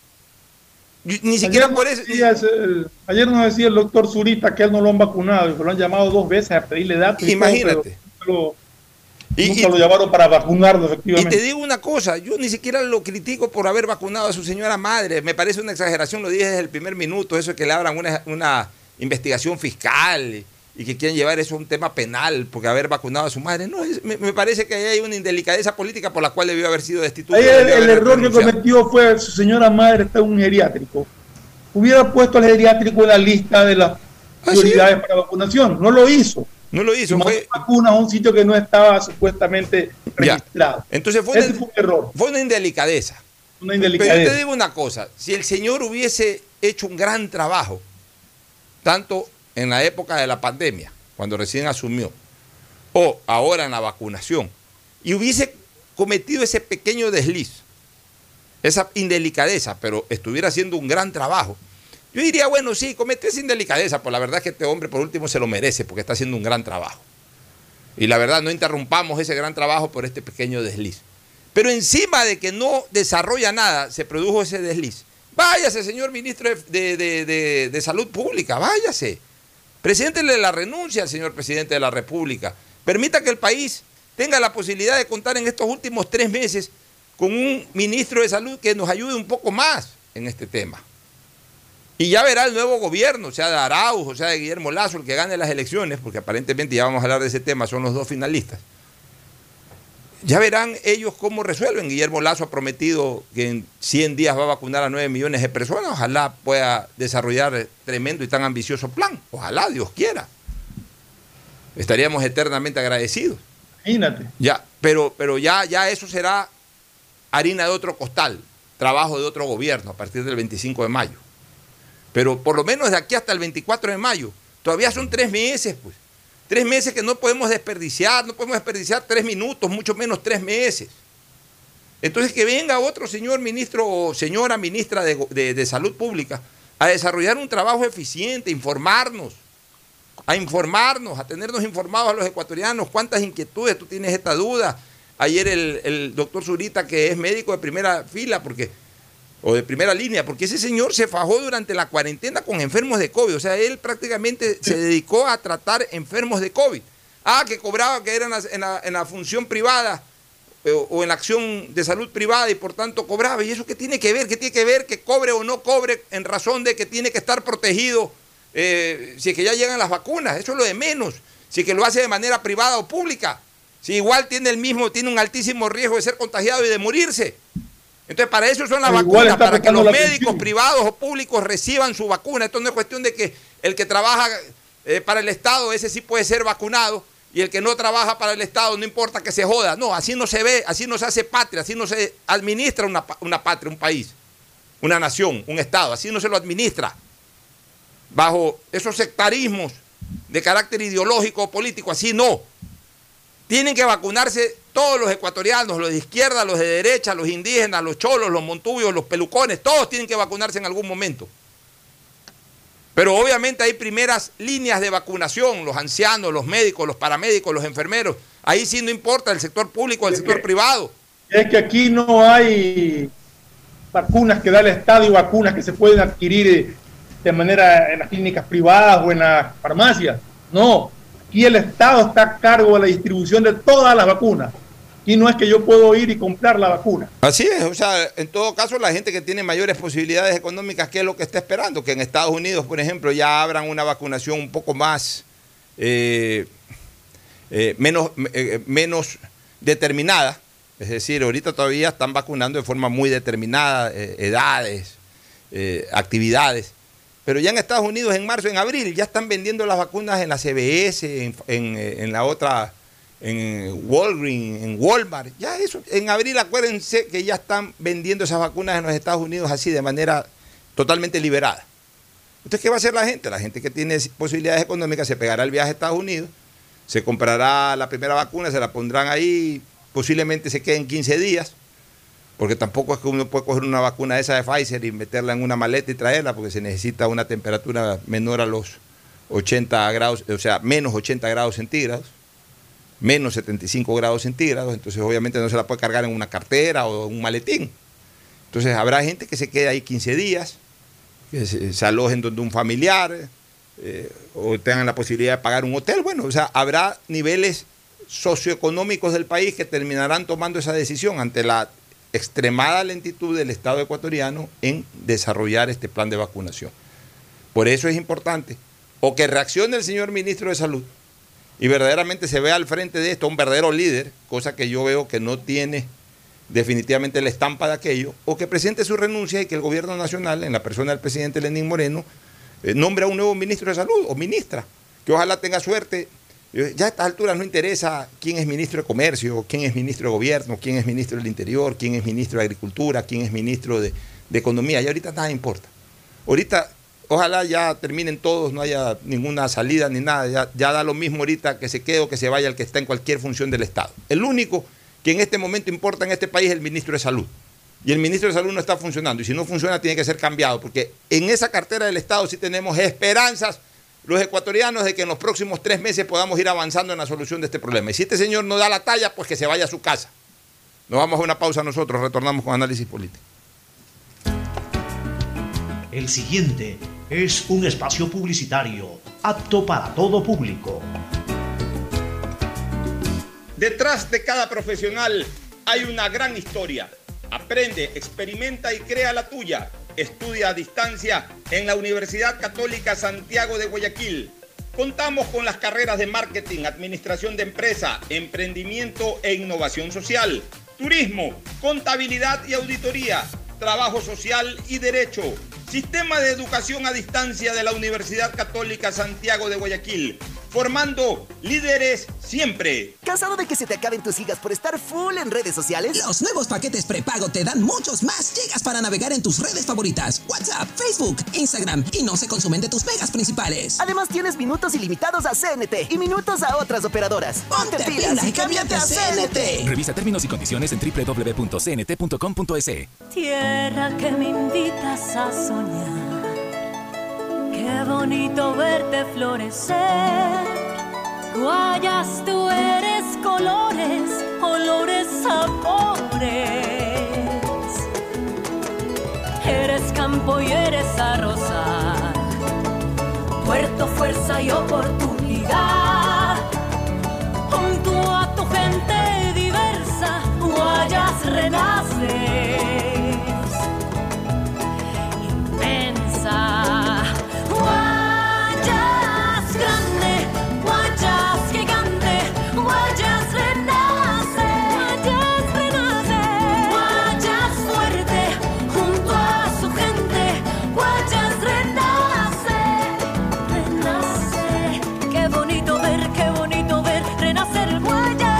Ni siquiera ayer por eso. Decía, el, ayer nos decía el doctor Zurita que él no lo han vacunado y que lo han llamado dos veces a pedirle datos. Imagínate. Y todo, pero y, nunca y, lo llamaron para vacunarlo, efectivamente. Y te digo una cosa, yo ni siquiera lo critico por haber vacunado a su señora madre. Me parece una exageración, lo dije desde el primer minuto, eso de que le abran una, una investigación fiscal y que quieren llevar eso a un tema penal porque haber vacunado a su madre. No, es, me, me parece que ahí hay una indelicadeza política por la cual debió haber sido destituido. Ahí el, el error que cometió fue su señora madre está en un geriátrico. Hubiera puesto al geriátrico en la lista de las prioridades ¿Ah, sí? para vacunación. No lo hizo. No lo hizo. Fue vacunas a un sitio que no estaba supuestamente registrado. Ya. Entonces fue, Ese una, fue un error. Fue una indelicadeza. Una indelicadeza. Pero yo te digo una cosa, si el señor hubiese hecho un gran trabajo, tanto en la época de la pandemia, cuando recién asumió, o ahora en la vacunación, y hubiese cometido ese pequeño desliz, esa indelicadeza, pero estuviera haciendo un gran trabajo, yo diría, bueno, sí, cometió esa indelicadeza, pues la verdad es que este hombre por último se lo merece porque está haciendo un gran trabajo. Y la verdad, no interrumpamos ese gran trabajo por este pequeño desliz. Pero encima de que no desarrolla nada, se produjo ese desliz. Váyase, señor ministro de, de, de, de, de Salud Pública, váyase. Preséntele la renuncia al señor presidente de la República. Permita que el país tenga la posibilidad de contar en estos últimos tres meses con un ministro de salud que nos ayude un poco más en este tema. Y ya verá el nuevo gobierno, sea de Arauz o sea de Guillermo Lasso, el que gane las elecciones, porque aparentemente ya vamos a hablar de ese tema, son los dos finalistas. Ya verán ellos cómo resuelven. Guillermo Lasso ha prometido que en cien días va a vacunar a nueve millones de personas. Ojalá pueda desarrollar tremendo y tan ambicioso plan. Ojalá, Dios quiera. Estaríamos eternamente agradecidos. Imagínate. Ya, pero, pero ya, ya eso será harina de otro costal, trabajo de otro gobierno a partir del veinticinco de mayo. Pero por lo menos de aquí hasta el veinticuatro de mayo, todavía son tres meses, pues. Tres meses que no podemos desperdiciar, no podemos desperdiciar tres minutos, mucho menos tres meses. Entonces que venga otro señor ministro o señora ministra de, de, de Salud Pública a desarrollar un trabajo eficiente, informarnos, a informarnos, a tenernos informados a los ecuatorianos, cuántas inquietudes, tú tienes esta duda. Ayer el, el doctor Zurita, que es médico de primera fila, porque o de primera línea, porque ese señor se fajó durante la cuarentena con enfermos de COVID. O sea, él prácticamente se dedicó a tratar enfermos de COVID. Ah, que cobraba, que era en la, en la, en la función privada o, o en la acción de salud privada y por tanto cobraba. ¿Y eso qué tiene que ver? ¿Qué tiene que ver que cobre o no cobre en razón de que tiene que estar protegido eh, si es que ya llegan las vacunas? Eso es lo de menos. Si es que lo hace de manera privada o pública. Si igual tiene el mismo, tiene un altísimo riesgo de ser contagiado y de morirse. Entonces, para eso son las Pero vacunas, para que los médicos atención. privados o públicos reciban su vacuna. Esto no es cuestión de que el que trabaja eh, para el Estado, ese sí puede ser vacunado, y el que no trabaja para el Estado, no importa que se joda. No, así no se ve, así no se hace patria, así no se administra una, una patria, un país, una nación, un Estado. Así no se lo administra. Bajo esos sectarismos de carácter ideológico o político, así no. Tienen que vacunarse todos los ecuatorianos, los de izquierda, los de derecha, los indígenas, los cholos, los montubios, los pelucones, todos tienen que vacunarse en algún momento. Pero obviamente hay primeras líneas de vacunación, los ancianos, los médicos, los paramédicos, los enfermeros. Ahí sí no importa el sector público o el sector privado. Es que aquí no hay vacunas que da el Estado y vacunas que se pueden adquirir de manera en las clínicas privadas o en las farmacias. No. Aquí el Estado está a cargo de la distribución de todas las vacunas. Aquí no es que yo puedo ir y comprar la vacuna. Así es, o sea, en todo caso la gente que tiene mayores posibilidades económicas, ¿qué es lo que está esperando? Que en Estados Unidos, por ejemplo, ya abran una vacunación un poco más, eh, eh, menos, eh, menos determinada. Es decir, ahorita todavía están vacunando de forma muy determinada, eh, edades, eh, actividades. Pero ya en Estados Unidos, en marzo, en abril, ya están vendiendo las vacunas en la C V S, en, en, en la otra, en Walgreens, en Walmart. Ya eso, en abril acuérdense que ya están vendiendo esas vacunas en los Estados Unidos así, de manera totalmente liberada. Entonces, ¿qué va a hacer la gente? La gente que tiene posibilidades económicas se pegará el viaje a Estados Unidos, se comprará la primera vacuna, se la pondrán ahí, posiblemente se queden quince días. Porque tampoco es que uno puede coger una vacuna esa de Pfizer y meterla en una maleta y traerla, porque se necesita una temperatura menor a los ochenta grados, o sea, menos ochenta grados centígrados, menos setenta y cinco grados centígrados, entonces obviamente no se la puede cargar en una cartera o en un maletín. Entonces habrá gente que se quede ahí quince días, que se, se alojen donde un familiar, eh, o tengan la posibilidad de pagar un hotel. Bueno, o sea, habrá niveles socioeconómicos del país que terminarán tomando esa decisión ante la extremada lentitud del Estado ecuatoriano en desarrollar este plan de vacunación. Por eso es importante o que reaccione el señor ministro de Salud y verdaderamente se vea al frente de esto un verdadero líder, cosa que yo veo que no tiene definitivamente la estampa de aquello, o que presente su renuncia y que el gobierno nacional, en la persona del presidente Lenín Moreno, eh, nombre a un nuevo ministro de Salud o ministra, que ojalá tenga suerte. Ya a estas alturas no interesa quién es ministro de Comercio, quién es ministro de Gobierno, quién es ministro del Interior, quién es ministro de Agricultura, quién es ministro de, de Economía. Y ahorita nada importa. Ahorita, ojalá ya terminen todos, no haya ninguna salida ni nada. Ya, ya da lo mismo ahorita que se quede o que se vaya el que está en cualquier función del Estado. El único que en este momento importa en este país es el ministro de Salud. Y el ministro de Salud no está funcionando. Y si no funciona, tiene que ser cambiado. Porque en esa cartera del Estado sí tenemos esperanzas los ecuatorianos de que en los próximos tres meses podamos ir avanzando en la solución de este problema. Y si este señor no da la talla, pues que se vaya a su casa. Nos vamos a una pausa nosotros, retornamos con análisis político. El siguiente es un espacio publicitario apto para todo público. Detrás de cada profesional hay una gran historia. Aprende, experimenta y crea la tuya. Estudia a distancia en la Universidad Católica Santiago de Guayaquil. Contamos con las carreras de marketing, administración de empresa, emprendimiento e innovación social, turismo, contabilidad y auditoría, trabajo social y derecho. Sistema de educación a distancia de la Universidad Católica Santiago de Guayaquil. Formando líderes siempre. ¿Cansado de que se te acaben tus gigas por estar full en redes sociales? Los nuevos paquetes prepago te dan muchos más gigas para navegar en tus redes favoritas. WhatsApp, Facebook, Instagram y no se consumen de tus megas principales. Además tienes minutos ilimitados a C N T y minutos a otras operadoras. Ponte, Ponte pilas y cámbiate a C N T. Revisa términos y condiciones en doble u doble u doble u punto c n t punto com punto es. Tierra que me invitas a soñar. Qué bonito verte florecer. Guayas, tú eres colores, olores, sabores. hay oportunidad. Junto a tu gente diversa, Guayas renaces. Inmensa. Guayas grande, Guayas gigante, Guayas renace. Guayas renace. Guayas fuerte, junto a su gente, Guayas renace. Renace. Qué bonito ver, qué bonito ver renacer Guayas.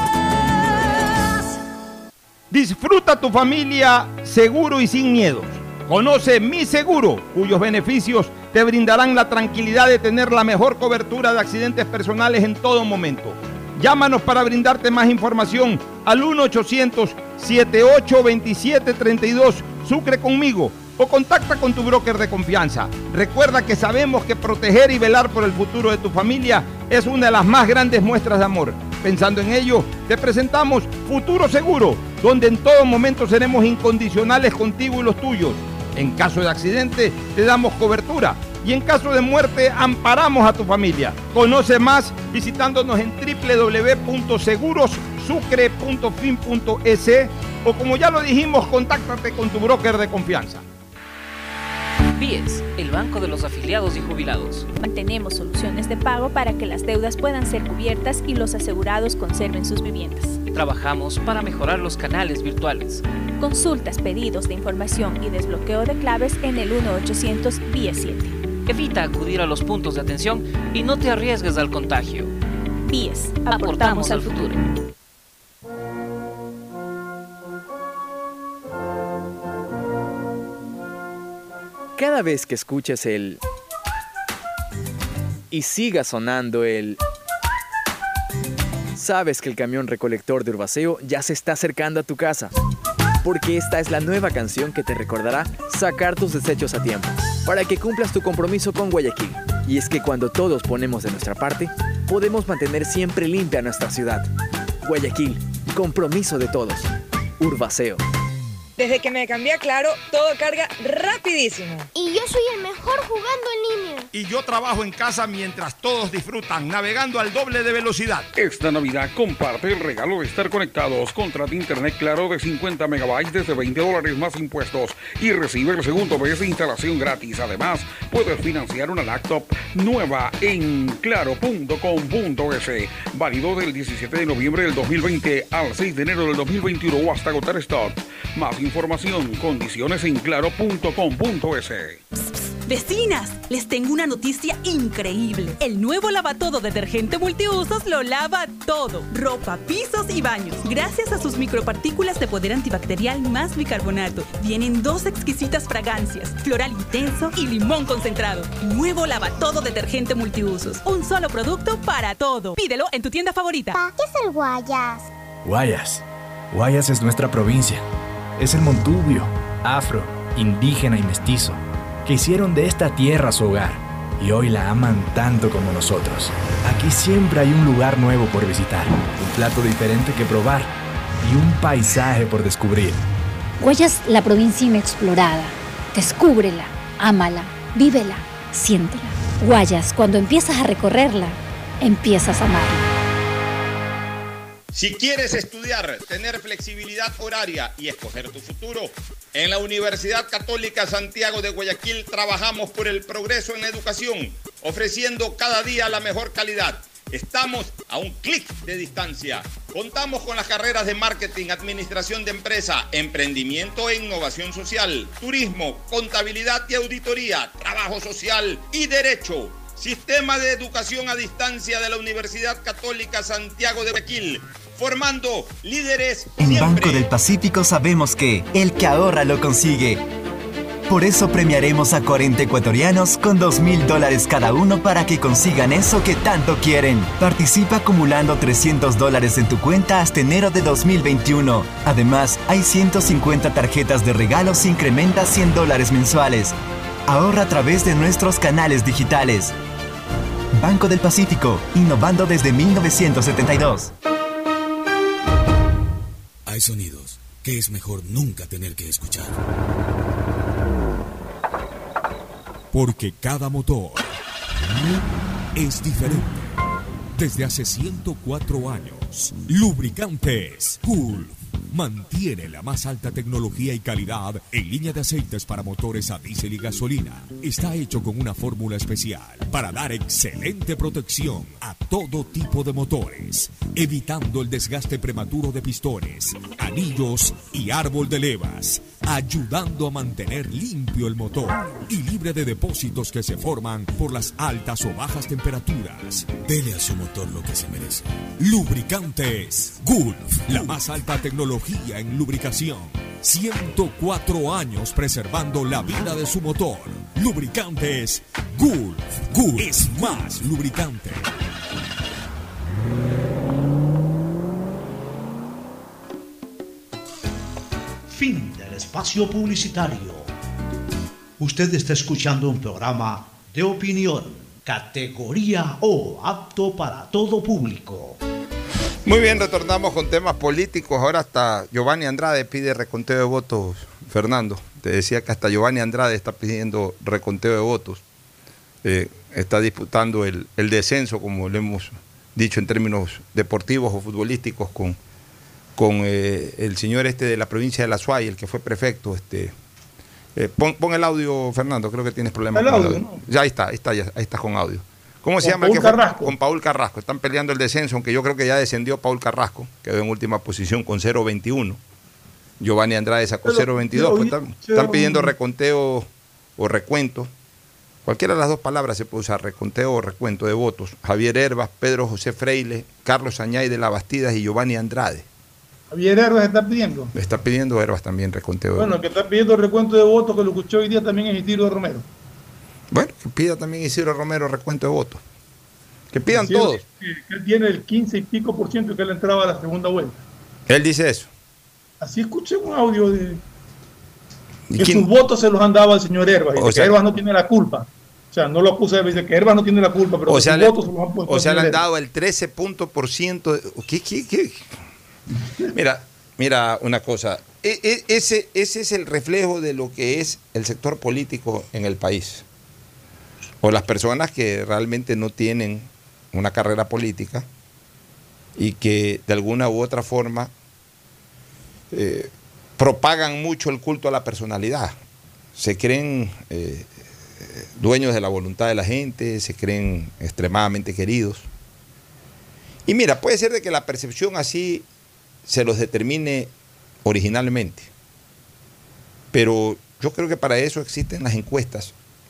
Disfruta tu familia seguro y sin miedos. Conoce Mi Seguro, cuyos beneficios te brindarán la tranquilidad de tener la mejor cobertura de accidentes personales en todo momento. Llámanos para brindarte más información al uno ochocientos, setenta y ocho, veintisiete treinta y dos, Sucre conmigo, o contacta con tu broker de confianza. Recuerda que sabemos que proteger y velar por el futuro de tu familia es una de las más grandes muestras de amor. Pensando en ello, te presentamos Futuro Seguro, donde en todo momento seremos incondicionales contigo y los tuyos. En caso de accidente, te damos cobertura. Y en caso de muerte, amparamos a tu familia. Conoce más visitándonos en doble u doble u doble u punto seguros sucre punto fin punto es o, como ya lo dijimos, contáctate con tu broker de confianza. B I E S, el banco de los afiliados y jubilados. Mantenemos soluciones de pago para que las deudas puedan ser cubiertas y los asegurados conserven sus viviendas. Trabajamos para mejorar los canales virtuales. Consultas, pedidos de información y desbloqueo de claves en el uno ochocientos B I E S siete. Evita acudir a los puntos de atención y no te arriesgues al contagio. B I E S, aportamos, aportamos al al futuro. Cada vez que escuches el y siga sonando el, sabes que el camión recolector de Urbaceo ya se está acercando a tu casa, porque esta es la nueva canción que te recordará sacar tus desechos a tiempo, para que cumplas tu compromiso con Guayaquil. Y es que cuando todos ponemos de nuestra parte, podemos mantener siempre limpia nuestra ciudad. Guayaquil, compromiso de todos. Urbaceo. Desde que me cambié a Claro, todo carga rapidísimo. Y yo soy el mejor jugando en línea. Y yo trabajo en casa mientras todos disfrutan, navegando al doble de velocidad. Esta Navidad comparte el regalo de estar conectados. Contrata internet Claro de cincuenta megabytes desde veinte dólares más impuestos y recibe el segundo mes de instalación gratis. Además, puedes financiar una laptop nueva en claro punto com punto es. Válido del diecisiete de noviembre del dos mil veinte al seis de enero del dos mil veintiuno o hasta agotar stock. Más información, condiciones en claro punto com punto es. Vecinas, les tengo una noticia increíble. El nuevo lavatodo detergente multiusos lo lava todo. Ropa, pisos y baños. Gracias a sus micropartículas de poder antibacterial más bicarbonato. Vienen dos exquisitas fragancias, floral intenso y limón concentrado. Nuevo lavatodo detergente multiusos. Un solo producto para todo. Pídelo en tu tienda favorita. ¿Qué es el Guayas? Guayas. Guayas es nuestra provincia. Es el montubio, afro, indígena y mestizo, que hicieron de esta tierra su hogar y hoy la aman tanto como nosotros. Aquí siempre hay un lugar nuevo por visitar, un plato diferente que probar y un paisaje por descubrir. Guayas, la provincia inexplorada. Descúbrela, ámala, vívela, siéntela. Guayas, cuando empiezas a recorrerla, empiezas a amarla. Si quieres estudiar, tener flexibilidad horaria y escoger tu futuro, en la Universidad Católica Santiago de Guayaquil trabajamos por el progreso en la educación, ofreciendo cada día la mejor calidad. Estamos a un clic de distancia. Contamos con las carreras de marketing, administración de empresa, emprendimiento e innovación social, turismo, contabilidad y auditoría, trabajo social y derecho. Sistema de educación a distancia de la Universidad Católica Santiago de Guayaquil, formando líderes En siempre. Banco del Pacífico sabemos que el que ahorra lo consigue. Por eso premiaremos a cuarenta ecuatorianos con dos mil dólares cada uno para que consigan eso que tanto quieren. Participa acumulando trescientos dólares en tu cuenta hasta enero de dos mil veintiuno. Además, hay ciento cincuenta tarjetas de regalos e incrementa cien dólares mensuales. Ahorra a través de nuestros canales digitales. Banco del Pacífico, innovando desde mil novecientos setenta y dos. Hay sonidos que es mejor nunca tener que escuchar. Porque cada motor es diferente. Desde hace ciento cuatro años, Lubricantes Gulf mantiene la más alta tecnología y calidad en línea de aceites para motores a diésel y gasolina. Está hecho con una fórmula especial para dar excelente protección a todo tipo de motores, evitando el desgaste prematuro de pistones, anillos y árbol de levas, ayudando a mantener limpio el motor y libre de depósitos que se forman por las altas o bajas temperaturas. Dele a su motor lo que se merece. Lubricantes Gulf, la más alta tecnología en lubricación. ciento cuatro años preservando la vida de su motor. Lubricantes Gulf. Gulf es más lubricante. Fin del espacio publicitario. Usted está escuchando un programa de opinión, categoría O, apto para todo público. Muy bien, retornamos con temas políticos. Ahora hasta Giovanni Andrade pide reconteo de votos. Fernando, te decía que hasta Giovanni Andrade está pidiendo reconteo de votos. Eh, está disputando el, el descenso, como le hemos dicho en términos deportivos o futbolísticos, con, con eh, el señor este de la provincia de La Suay, el que fue prefecto. Este, eh, pon, pon el audio, Fernando, creo que tienes problemas el con audio, el audio. ¿no? Ya ahí está, ahí está, ya, ahí está con audio. ¿Cómo se Con llama? Paul el que fue? Carrasco. Con Paul Carrasco. Están peleando el descenso, aunque yo creo que ya descendió Paul Carrasco, quedó en última posición con cero veintiuno. Giovanni Andrade sacó cero veintidós. Pues están, están pidiendo reconteo o recuento. Cualquiera de las dos palabras se puede usar, reconteo o recuento de votos. Javier Herbas, Pedro José Freile, Carlos Añay de la Bastidas y Giovanni Andrade. Javier Herbas está pidiendo. Está pidiendo Herbas también reconteo de Bueno, votos. que está pidiendo recuento de votos, que lo escuchó hoy día también es Isidro Romero. Bueno, que pida también Isidro Romero recuento de votos. Que pidan Isidro, todos. Que, que él tiene el quince y pico por ciento que él entraba a la segunda vuelta. Él dice eso. Así escuché un audio de ¿Y que quién? sus votos se los han dado al señor Herbas. O Y sea- que Herbas no tiene la culpa. O sea, no lo acusa, dice que Herbas no tiene la culpa, pero O que sea, sus le, votos se los han puesto o sea, al le han señor dado el trece por ciento. De, ¿qué, qué, qué? Mira, mira una cosa. E, e, ese, ese es el reflejo de lo que es el sector político en el país. O las personas que realmente no tienen una carrera política y que de alguna u otra forma eh, propagan mucho el culto a la personalidad. Se creen eh, dueños de la voluntad de la gente, se creen extremadamente queridos. Y mira, puede ser de que la percepción así se los determine originalmente, pero yo creo que para eso existen las encuestas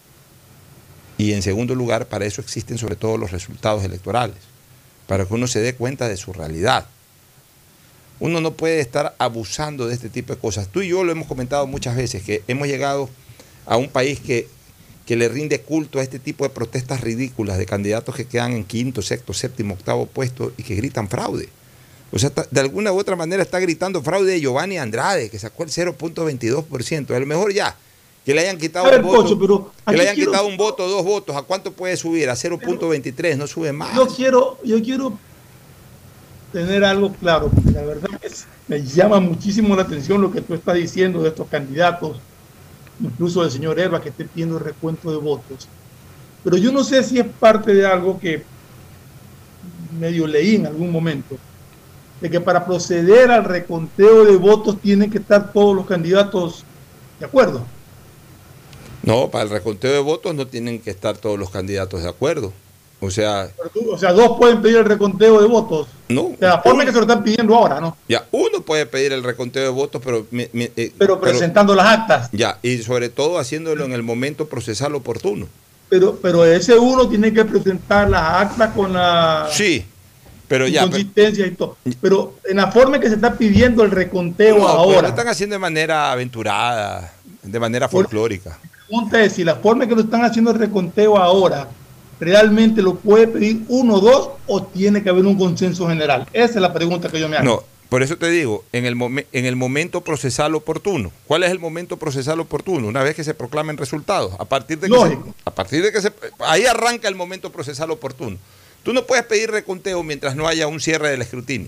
y en segundo lugar para eso existen sobre todo los resultados electorales, para que uno se dé cuenta de su realidad. Uno no puede estar abusando de este tipo de cosas. Tú y yo lo hemos comentado muchas veces, que hemos llegado a un país que, que le rinde culto a este tipo de protestas ridículas de candidatos que quedan en quinto, sexto, séptimo, octavo puesto y que gritan fraude. O sea, de alguna u otra manera está gritando fraude de Giovanni Andrade, que sacó el cero punto veintidós por ciento. A lo mejor ya, que le hayan quitado ver, un voto, Pocho, pero que le aquí hayan quiero- quitado un voto, dos votos, ¿a cuánto puede subir? A cero punto veintitrés, no sube más. Yo quiero, yo quiero tener algo claro, porque la verdad que me llama muchísimo la atención lo que tú estás diciendo de estos candidatos, incluso del señor Herbas que esté pidiendo recuento de votos. Pero yo no sé si es parte de algo que medio leí en algún momento, de que para proceder al reconteo de votos tienen que estar todos los candidatos de acuerdo. No, para el reconteo de votos no tienen que estar todos los candidatos de acuerdo. O sea, O sea, dos pueden pedir el reconteo de votos. no. De la forma que se lo están pidiendo ahora, ¿no? Ya, uno puede pedir el reconteo de votos, pero... me- me- eh, Pero presentando las actas. Ya, y sobre todo haciéndolo en el momento procesal oportuno. Pero, pero ese uno tiene que presentar las actas con la Sí, pero ya... pero- consistencia y todo. Pero en la forma que se está pidiendo el reconteo no, pero ahora, lo están haciendo de manera aventurada, de manera folclórica. la pregunta es si la forma que lo están haciendo el reconteo ahora realmente lo puede pedir uno o dos o tiene que haber un consenso general. Esa es la pregunta que yo me hago. No, por eso te digo, en el, momen- en el momento procesal oportuno. ¿Cuál es el momento procesal oportuno? Una vez que se proclamen resultados. A partir de que se, Lógico. a partir de que se, ahí arranca el momento procesal oportuno. Tú no puedes pedir reconteo mientras no haya un cierre del escrutinio.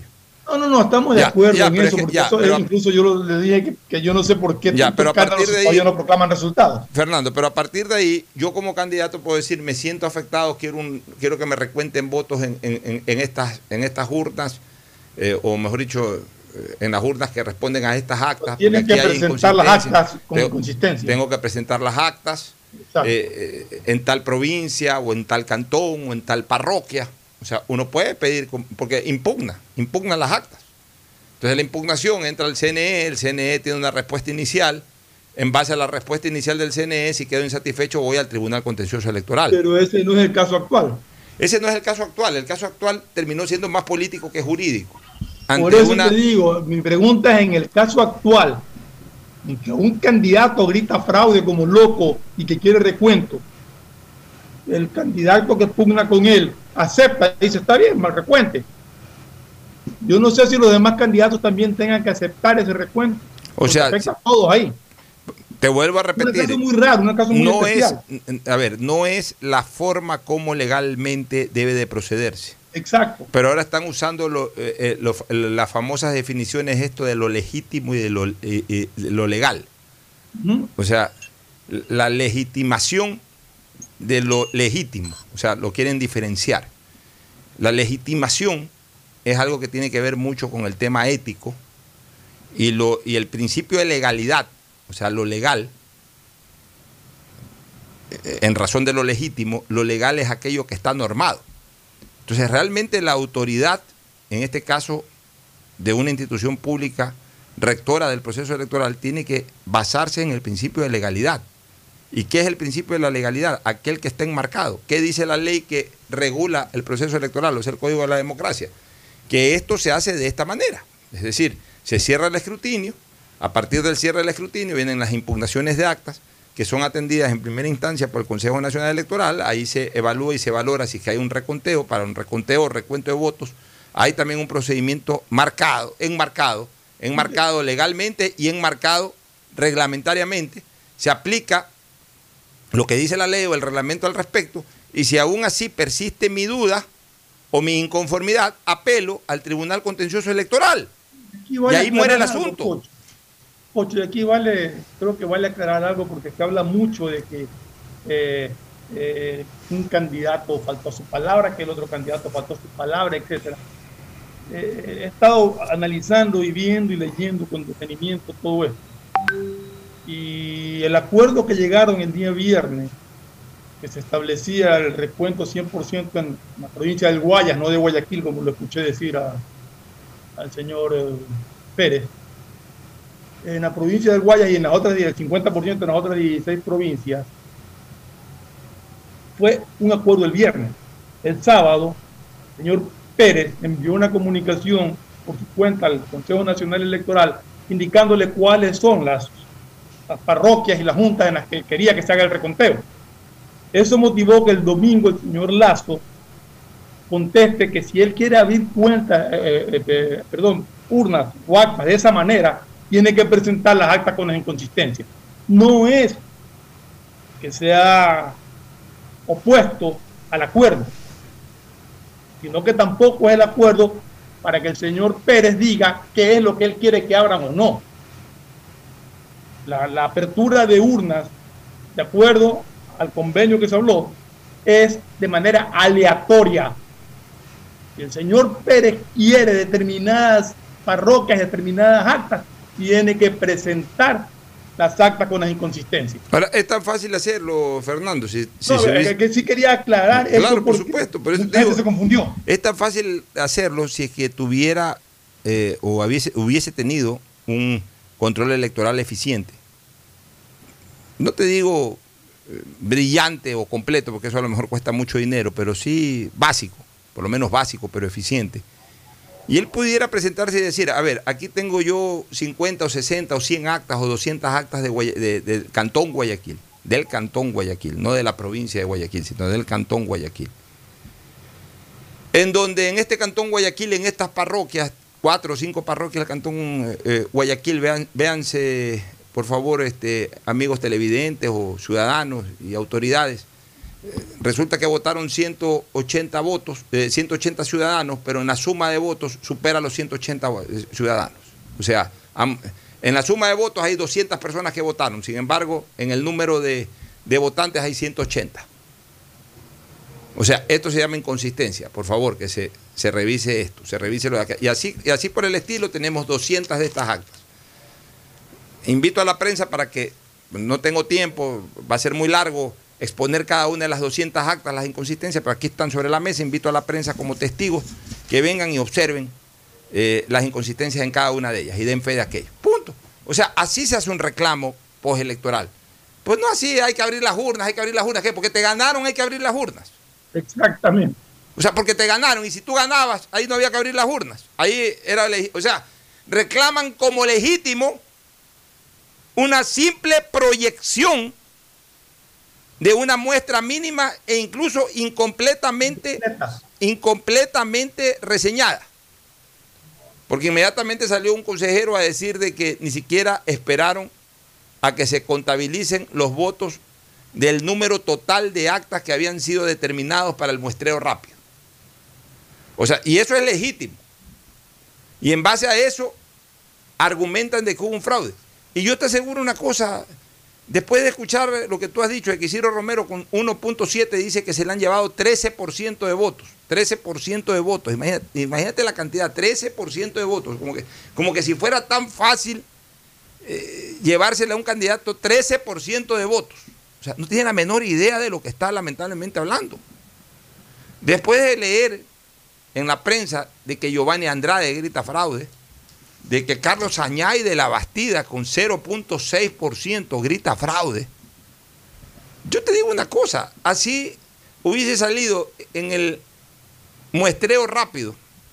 No, no, no, estamos de Ya, acuerdo ya, en pero es eso, que- porque ya, eso, pero- incluso yo lo- le dije que, que yo no sé por qué Ya, tantos pero a partir escándalos de ahí- todavía no proclaman resultados. Fernando, pero a partir de ahí, yo como candidato puedo decir, me siento afectado, quiero un, quiero que me recuenten votos en, en- en- en estas, en estas urnas, eh, o mejor dicho, eh, en las urnas que responden a estas actas. Tienen porque que aquí hay presentar las inconsistencia. actas con Tengo- inconsistencia. Tengo que presentar las actas eh, eh, en tal provincia, o en tal cantón, o en tal parroquia. O sea, uno puede pedir, con- porque impugna, impugna las actas. Entonces la impugnación entra al C N E, el C N E tiene una respuesta inicial. En base a la respuesta inicial del C N E, si quedo insatisfecho, voy al Tribunal Contencioso Electoral. Pero ese no es el caso actual. Ese no es el caso actual. El caso actual terminó siendo más político que jurídico. Por Ante eso una- te digo, mi pregunta es en el caso actual, en que un candidato grita fraude como loco y que quiere recuento, el candidato que pugna con él acepta y dice, está bien, mal recuente. Yo no sé si los demás candidatos también tengan que aceptar ese recuento. O sea, afecta a todos ahí. Te vuelvo a Un repetir. caso muy raro, un caso muy no es, especial. a ver, no es la forma como legalmente debe de procederse. Exacto. Pero ahora están usando lo, eh, eh, lo- las famosas definiciones esto de lo legítimo y de lo, eh, eh, de lo legal. Ujú. O sea, la legitimación de lo legítimo. O sea, lo quieren diferenciar. La legitimación es algo que tiene que ver mucho con el tema ético y, lo, y el principio de legalidad, o sea, lo legal, eh, en razón de lo legítimo, lo legal es aquello que está normado. Entonces, realmente la autoridad, en este caso, de una institución pública rectora del proceso electoral, tiene que basarse en el principio de legalidad. ¿Y qué es el principio de la legalidad? Aquel que está enmarcado. ¿Qué dice la ley que regula el proceso electoral? O sea, el Código de la Democracia. Que esto se hace de esta manera. Es decir, se cierra el escrutinio, a partir del cierre del escrutinio vienen las impugnaciones de actas, que son atendidas en primera instancia por el Consejo Nacional Electoral. Ahí se evalúa y se valora si es que hay un reconteo. Para un reconteo o recuento de votos hay también un procedimiento marcado, enmarcado, enmarcado legalmente y enmarcado reglamentariamente. Se aplica lo que dice la ley o el reglamento al respecto, y si aún así persiste mi duda o mi inconformidad, apelo al Tribunal Contencioso Electoral. Aquí vale Y ahí muere el aclarar algo, asunto. Pocho. Pocho, y aquí vale, creo que vale aclarar algo porque se habla mucho de que eh, eh, un candidato faltó a su palabra, que el otro candidato faltó a su palabra, etcétera. Eh, he estado analizando y viendo y leyendo con detenimiento todo esto. Y el acuerdo que llegaron el día viernes, que se establecía el recuento cien por ciento en la provincia del Guayas, no de Guayaquil, como lo escuché decir a, al señor eh, Pérez, en la provincia del Guayas y en las otras, el cincuenta por ciento en las otras dieciséis provincias, fue un acuerdo el viernes. El sábado, el señor Pérez envió una comunicación por su cuenta al Consejo Nacional Electoral indicándole cuáles son las, las parroquias y las juntas en las que quería que se haga el reconteo. Eso motivó que el domingo el señor Lazo conteste que si él quiere abrir cuentas, eh, eh, eh, perdón, urnas o actas de esa manera, tiene que presentar las actas con las inconsistencias. No es que sea opuesto al acuerdo, sino que tampoco es el acuerdo para que el señor Pérez diga qué es lo que él quiere que abran o no. La, la apertura de urnas, de acuerdo al convenio que se habló, es de manera aleatoria. Si el señor Pérez quiere determinadas parroquias, determinadas actas, tiene que presentar las actas con las inconsistencias. Ahora, es tan fácil hacerlo, Fernando. Si, si No, se es hubiese- que sí quería aclarar eso. Claro, por porque supuesto. Pero eso mucha te digo, gente se confundió. es tan fácil hacerlo si es que tuviera eh, o hubiese, hubiese tenido un control electoral eficiente. No te digo eh, brillante o completo, porque eso a lo mejor cuesta mucho dinero, pero sí básico, por lo menos básico, pero eficiente. Y él pudiera presentarse y decir, a ver, aquí tengo yo cincuenta o sesenta o cien actas o doscientas actas de Guaya- de- del Cantón Guayaquil, del Cantón Guayaquil, no de la provincia de Guayaquil, sino del Cantón Guayaquil. En donde en este Cantón Guayaquil, en estas parroquias, cuatro o cinco parroquias del Cantón eh, Guayaquil, vean, véanse, por favor, este, amigos televidentes o ciudadanos y autoridades, resulta que votaron ciento ochenta votos, eh, ciento ochenta ciudadanos, pero en la suma de votos supera los ciento ochenta ciudadanos. O sea, am, en la suma de votos hay doscientas personas que votaron, sin embargo, en el número de, de votantes hay ciento ochenta. O sea, esto se llama inconsistencia. Por favor, que se, se revise esto, se revise lo de acá. Y así, y así por el estilo tenemos doscientas de estas actas. Invito a la prensa para que, no tengo tiempo, va a ser muy largo exponer cada una de las doscientas actas, las inconsistencias, pero aquí están sobre la mesa. Invito a la prensa como testigos que vengan y observen eh, las inconsistencias en cada una de ellas y den fe de aquello. Punto. O sea, así se hace un reclamo postelectoral. Pues no así, hay que abrir las urnas, hay que abrir las urnas. ¿Qué? Porque te ganaron, hay que abrir las urnas. Exactamente. O sea, porque te ganaron y si tú ganabas, ahí no había que abrir las urnas. Ahí era, o sea, reclaman como legítimo una simple proyección de una muestra mínima e incluso incompletamente, incompletamente reseñada. Porque inmediatamente salió un consejero a decir de que ni siquiera esperaron a que se contabilicen los votos del número total de actas que habían sido determinados para el muestreo rápido. O sea, y eso es legítimo. Y en base a eso argumentan de que hubo un fraude. Y yo te aseguro una cosa, después de escuchar lo que tú has dicho, de que Isidro Romero con uno punto siete dice que se le han llevado trece por ciento de votos. trece por ciento de votos. Imagínate, imagínate la cantidad, trece por ciento de votos. Como que, como que si fuera tan fácil eh, llevársele a un candidato trece por ciento de votos. O sea, no tiene la menor idea de lo que está lamentablemente hablando. Después de leer en la prensa de que Giovanni Andrade grita fraude, de que Carlos Añay de la Bastida con cero punto seis por ciento grita fraude, yo te digo una cosa, así hubiese salido en el muestreo rápido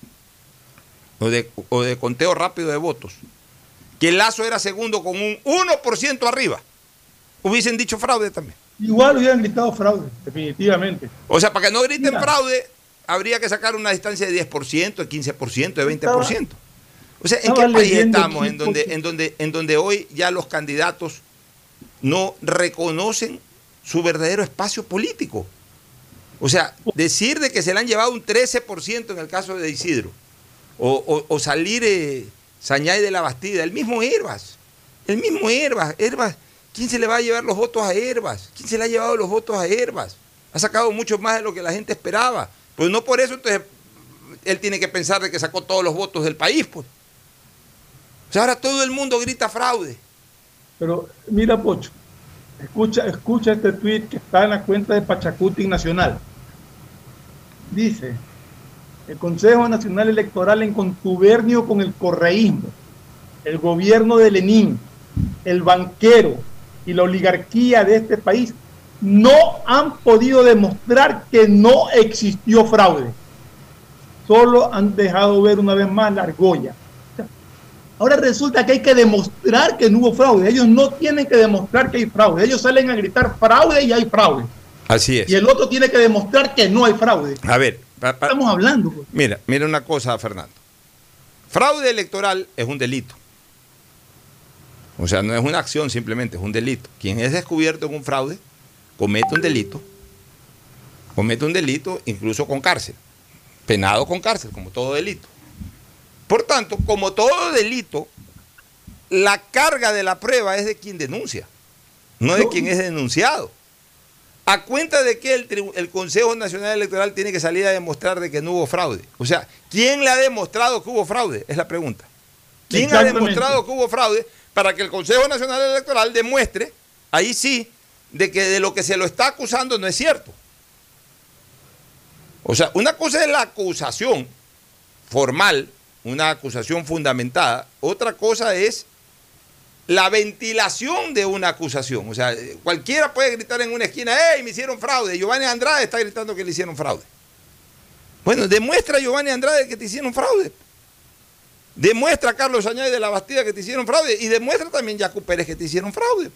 o de, o de conteo rápido de votos que Lazo era segundo con un uno por ciento arriba, hubiesen dicho fraude también. Igual hubieran gritado fraude, definitivamente. O sea, para que no griten Mira. fraude, habría que sacar una distancia de diez por ciento, de quince por ciento, de veinte por ciento. O sea, ¿en qué país estamos en donde, en, donde, en donde hoy ya los candidatos no reconocen su verdadero espacio político? O sea, decir de que se le han llevado un trece por ciento en el caso de Isidro, o, o, o salir eh, Sañay de la Bastida, el mismo Herbas, el mismo Herbas, Herbas, ¿quién se le va a llevar los votos a Herbas? ¿Quién se le ha llevado los votos a Herbas? Ha sacado mucho más de lo que la gente esperaba. Pues no por eso entonces él tiene que pensar de que sacó todos los votos del país, pues. O sea, ahora todo el mundo grita fraude. Pero mira, Pocho, escucha, escucha este tuit que está en la cuenta de Pachacuti Nacional. Dice, el Consejo Nacional Electoral en contubernio con el correísmo, el gobierno de Lenin, el banquero y la oligarquía de este país no han podido demostrar que no existió fraude. Solo han dejado ver una vez más la argolla. Ahora resulta que hay que demostrar que no hubo fraude. Ellos no tienen que demostrar que hay fraude. Ellos salen a gritar fraude y hay fraude. Así es. Y el otro tiene que demostrar que no hay fraude. A ver, pa, pa, estamos hablando. Pues. Mira, mira una cosa, Fernando. Fraude electoral es un delito. O sea, no es una acción simplemente, es un delito. Quien es descubierto en un fraude comete un delito. Comete un delito incluso con cárcel. Penado con cárcel, como todo delito. Por tanto, como todo delito, la carga de la prueba es de quien denuncia, no de quien es denunciado. ¿A cuenta de que el, el Consejo Nacional Electoral tiene que salir a demostrar de que no hubo fraude? O sea, ¿quién le ha demostrado que hubo fraude? Es la pregunta. ¿Quién ha demostrado que hubo fraude para que el Consejo Nacional Electoral demuestre, ahí sí, de que de lo que se lo está acusando no es cierto? O sea, una cosa es la acusación formal, una acusación fundamentada, otra cosa es la ventilación de una acusación. O sea, cualquiera puede gritar en una esquina, ¡hey, me hicieron fraude! Giovanni Andrade está gritando que le hicieron fraude. Bueno, demuestra a Giovanni Andrade que te hicieron fraude. Demuestra a Carlos Añay de la Bastida que te hicieron fraude y demuestra también a Yacu Pérez que te hicieron fraude.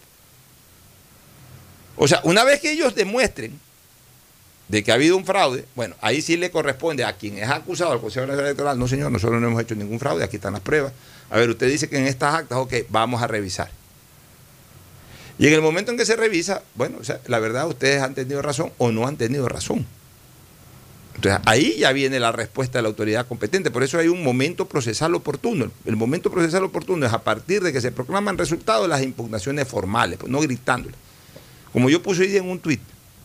O sea, una vez que ellos demuestren de que ha habido un fraude, bueno, ahí sí le corresponde a quien es acusado, al Consejo Nacional Electoral, no señor, nosotros no hemos hecho ningún fraude, aquí están las pruebas. A ver, usted dice que en estas actas, ok, vamos a revisar. Y en el momento en que se revisa, bueno, o sea, la verdad ustedes han tenido razón o no han tenido razón. Entonces ahí ya viene la respuesta de la autoridad competente. Por eso hay un momento procesal oportuno. El momento procesal oportuno es a partir de que se proclaman resultados las impugnaciones formales, pues no gritándolas. Como yo puse hoy en un tuit,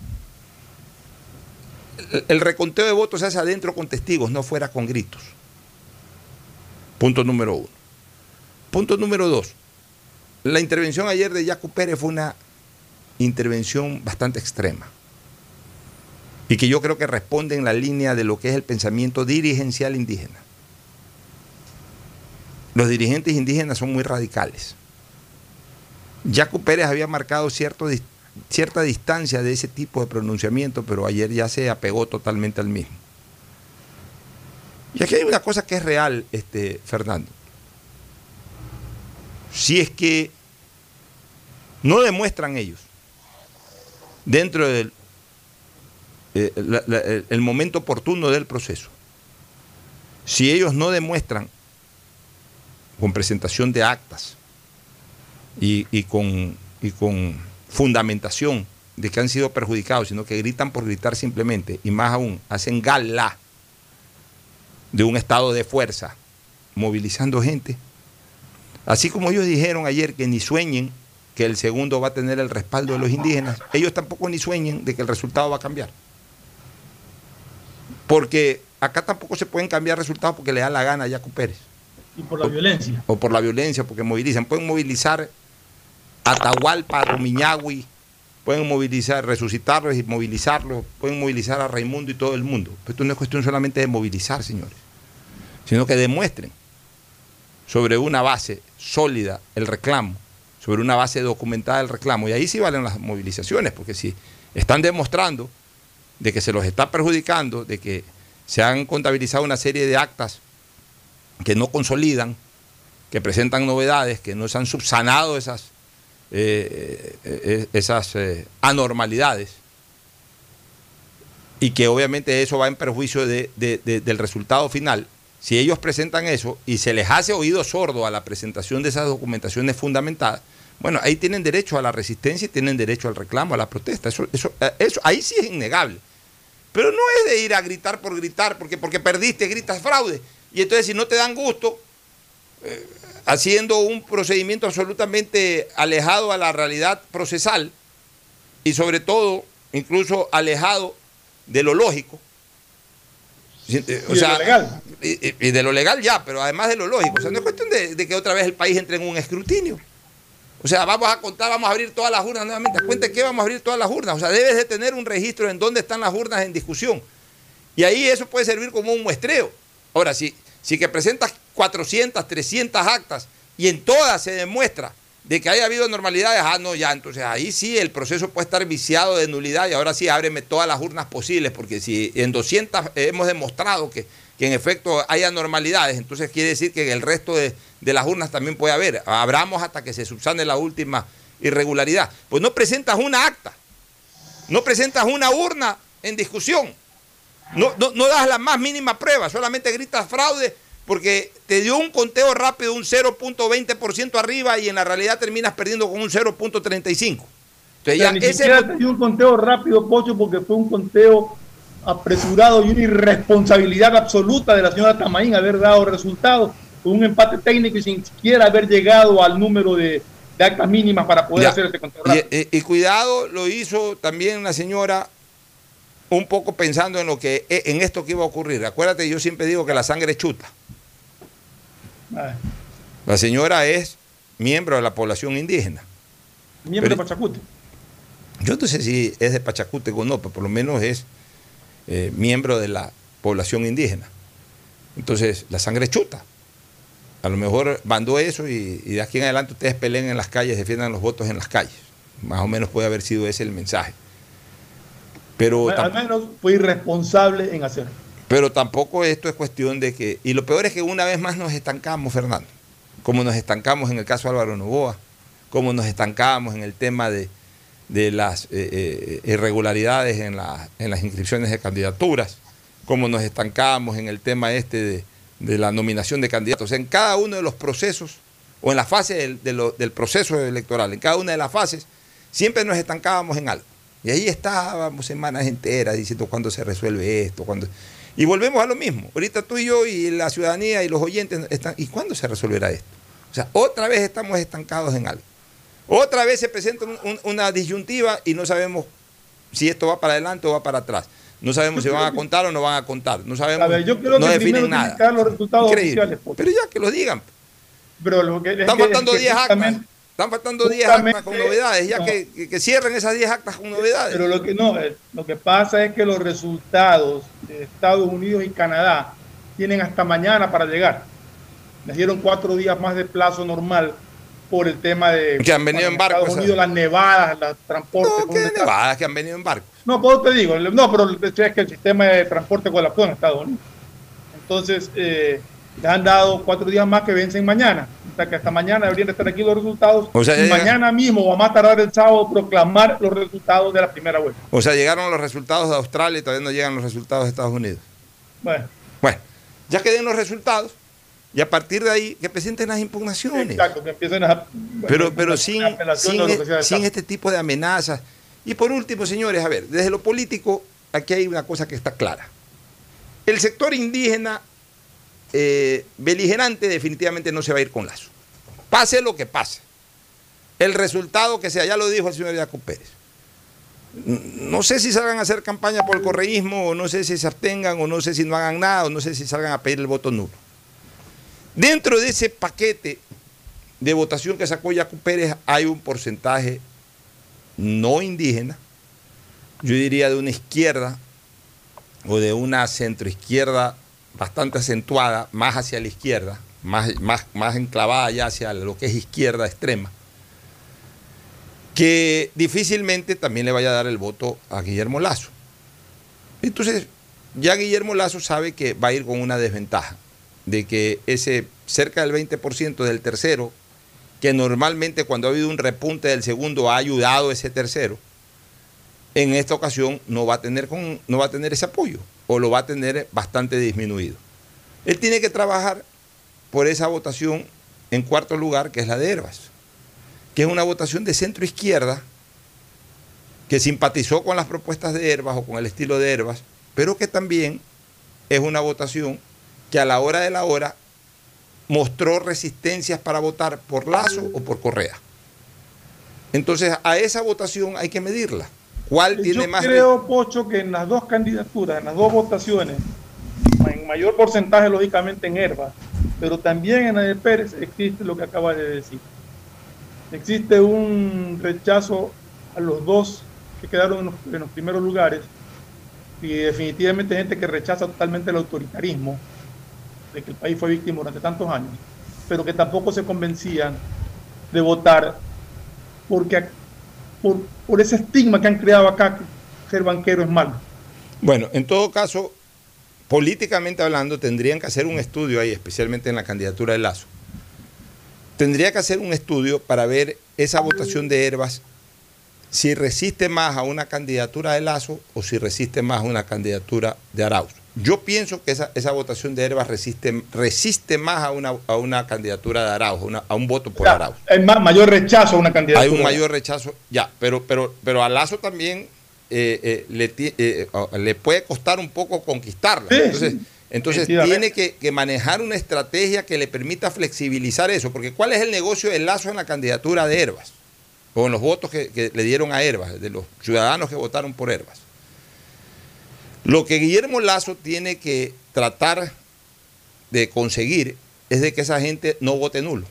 el, el reconteo de votos se hace adentro con testigos, no fuera con gritos. Punto número uno. Punto número dos. La intervención ayer de Yacu Pérez fue una intervención bastante extrema y que yo creo que responde en la línea de lo que es el pensamiento dirigencial indígena. Los dirigentes indígenas son muy radicales. Yacu Pérez había marcado cierto, cierta distancia de ese tipo de pronunciamiento, pero ayer ya se apegó totalmente al mismo. Y aquí hay una cosa que es real, este, Fernando. Si es que no demuestran ellos, dentro del eh, la, la, el momento oportuno del proceso, si ellos no demuestran con presentación de actas y, y, con, y con fundamentación de que han sido perjudicados, sino que gritan por gritar simplemente, y más aún, hacen gala de un estado de fuerza, movilizando gente, así como ellos dijeron ayer que ni sueñen que el segundo va a tener el respaldo de los indígenas, ellos tampoco ni sueñen de que el resultado va a cambiar. Porque acá tampoco se pueden cambiar resultados porque le da la gana a Yacu Pérez. Y por la o, violencia. O por la violencia, porque movilizan. Pueden movilizar a Atahualpa, a Rumiñahui, pueden movilizar, resucitarlos y movilizarlos, pueden movilizar a Raimundo y todo el mundo. Pero esto no es cuestión solamente de movilizar, señores, sino que demuestren sobre una base sólida el reclamo, sobre una base documentada el reclamo, y ahí sí valen las movilizaciones, porque si están demostrando de que se los está perjudicando, de que se han contabilizado una serie de actas que no consolidan, que presentan novedades, que no se han subsanado esas, eh, eh, esas eh, anormalidades, y que obviamente eso va en perjuicio de, de, de, del resultado final. Si ellos presentan eso y se les hace oído sordo a la presentación de esas documentaciones fundamentadas, bueno, ahí tienen derecho a la resistencia y tienen derecho al reclamo, a la protesta. Eso, eso, eso, ahí sí es innegable. Pero no es de ir a gritar por gritar, porque, porque perdiste, gritas fraude. Y entonces si no te dan gusto, eh, haciendo un procedimiento absolutamente alejado a la realidad procesal y sobre todo, incluso alejado de lo lógico, o y sea, de lo legal. Y, y de lo legal ya, pero además de lo lógico. O sea, no es cuestión de, de que otra vez el país entre en un escrutinio. O sea, vamos a contar, vamos a abrir todas las urnas nuevamente. Cuenta que vamos a abrir todas las urnas. O sea, debes de tener un registro en dónde están las urnas en discusión. Y ahí eso puede servir como un muestreo. Ahora, si, si que presentas cuatrocientas, trescientas actas y en todas se demuestra de que haya habido anormalidades, ah, no, ya, entonces ahí sí el proceso puede estar viciado de nulidad y ahora sí ábreme todas las urnas posibles, porque si en doscientas hemos demostrado que, que en efecto hay anormalidades, entonces quiere decir que en el resto de, de las urnas también puede haber. Abramos hasta que se subsane la última irregularidad. Pues no presentas una acta, no presentas una urna en discusión, no, no, no das la más mínima prueba, solamente gritas fraude, porque te dio un conteo rápido un cero punto veinte por ciento arriba y en la realidad terminas perdiendo con un cero punto treinta y cinco. Entonces, ya, ya ni ese siquiera te dio un conteo rápido, Pocho, porque fue un conteo apresurado y una irresponsabilidad absoluta de la señora Tamaín haber dado resultados con un empate técnico y sin siquiera haber llegado al número de, de actas mínimas para poder ya. hacer ese conteo rápido. Y, y, y cuidado, lo hizo también la señora un poco pensando en lo que en esto que iba a ocurrir. Acuérdate, yo siempre digo que la sangre chuta. La señora es miembro de la población indígena. Miembro pero, de Pachacute. Yo no sé si es de Pachacute o no, pero por lo menos es eh, miembro de la población indígena. Entonces, la sangre chuta. A lo mejor mandó eso y, y de aquí en adelante ustedes peleen en las calles, defiendan los votos en las calles. Más o menos puede haber sido ese el mensaje. Pero bueno, al menos fue irresponsable en hacerlo. Pero tampoco esto es cuestión de que... Y lo peor es que una vez más nos estancamos, Fernando. Como nos estancamos en el caso de Álvaro Noboa, como nos estancamos en el tema de, de las eh, eh, irregularidades en, la, en las inscripciones de candidaturas, como nos estancamos en el tema este de, de la nominación de candidatos. En cada uno de los procesos, o en la fase del, de lo, del proceso electoral, en cada una de las fases, siempre nos estancábamos en algo. Y ahí estábamos semanas enteras diciendo cuándo se resuelve esto, cuándo... Y volvemos a lo mismo. Ahorita tú y yo y la ciudadanía y los oyentes están, ¿y cuándo se resolverá esto? O sea, otra vez estamos estancados en algo. Otra vez se presenta un, un, una disyuntiva y no sabemos si esto va para adelante o va para atrás. No sabemos si van a contar o no van a contar. No sabemos, a ver, yo creo no que definen nada. Los resultados oficiales, pero ya que lo digan. Pero lo que, Están es faltando que, es que diez actas. Están faltando diez actas con novedades, ya no, que, que, que cierren esas diez actas con novedades. Pero lo que no, lo que pasa es que los resultados de Estados Unidos y Canadá tienen hasta mañana para llegar. Les dieron cuatro días más de plazo normal por el tema de que han venido en barcos. Estados Unidos, las nevadas, los transportes. No, que nevadas que han venido en barcos. No, pues te digo, no, pero es que el sistema de transporte colapsó en Estados Unidos. Entonces, eh, les han dado cuatro días más que vencen mañana. O sea que hasta mañana deberían estar aquí los resultados. O sea, y mañana mismo o a más tardar el sábado proclamar los resultados de la primera vuelta. O sea, llegaron los resultados de Australia y todavía no llegan los resultados de Estados Unidos. Bueno. Bueno, ya que den los resultados y a partir de ahí que presenten las impugnaciones. Exacto, que empiecen a... Bueno, pero pero sin, sin, e, sin este tipo de amenazas. Y por último, señores, a ver, desde lo político, aquí hay una cosa que está clara. El sector indígena eh, beligerante definitivamente no se va a ir con Lazo. Pase lo que pase. El resultado que sea, ya lo dijo el señor Jaco Pérez. No sé si salgan a hacer campaña por el correísmo, o no sé si se abstengan, o no sé si no hagan nada, o no sé si salgan a pedir el voto nulo. Dentro de ese paquete de votación que sacó Jaco Pérez hay un porcentaje no indígena, yo diría de una izquierda o de una centroizquierda bastante acentuada, más hacia la izquierda, más, más, más enclavada ya hacia lo que es izquierda extrema, que difícilmente también le vaya a dar el voto a Guillermo Lasso. Entonces, ya Guillermo Lasso sabe que va a ir con una desventaja, de que ese cerca del veinte por ciento del tercero, que normalmente cuando ha habido un repunte del segundo ha ayudado a ese tercero, en esta ocasión no va a tener con, no va a tener ese apoyo, o lo va a tener bastante disminuido. Él tiene que trabajar por esa votación en cuarto lugar, que es la de Hervas, que es una votación de centro izquierda, que simpatizó con las propuestas de Hervas o con el estilo de Hervas, pero que también es una votación que a la hora de la hora mostró resistencias para votar por Lasso o por Correa. Entonces, a esa votación hay que medirla. ¿Cuál tiene Yo más? Yo creo, Pocho, que en las dos candidaturas, en las dos votaciones, en mayor porcentaje, lógicamente, en Hervas, pero también en la de Pérez, existe lo que acaba de decir. Existe un rechazo a los dos que quedaron en los, en los primeros lugares, y definitivamente gente que rechaza totalmente el autoritarismo, de que el país fue víctima durante tantos años, pero que tampoco se convencían de votar porque por, por ese estigma que han creado acá, que ser banquero es malo. Bueno, en todo caso, políticamente hablando, tendrían que hacer un estudio ahí, especialmente en la candidatura de Lasso. Tendría que hacer un estudio para ver esa votación de Hervas, si resiste más a una candidatura de Lasso o si resiste más a una candidatura de Arauz. Yo pienso que esa, esa votación de Hervas resiste, resiste más a una, a una candidatura de Arauz, una, a un voto por o sea, Arauz. Hay más, mayor rechazo a una candidatura. Hay un mayor rechazo, ya, pero, pero, pero a Lasso también eh, eh, le, eh, le puede costar un poco conquistarla. Sí, entonces, sí. entonces tiene que, que manejar una estrategia que le permita flexibilizar eso, porque ¿cuál es el negocio de Lasso en la candidatura de Hervas? O en los votos que, que le dieron a Hervas, de los ciudadanos que votaron por Hervas. Lo que Guillermo Lasso tiene que tratar de conseguir es de que esa gente no vote nulo,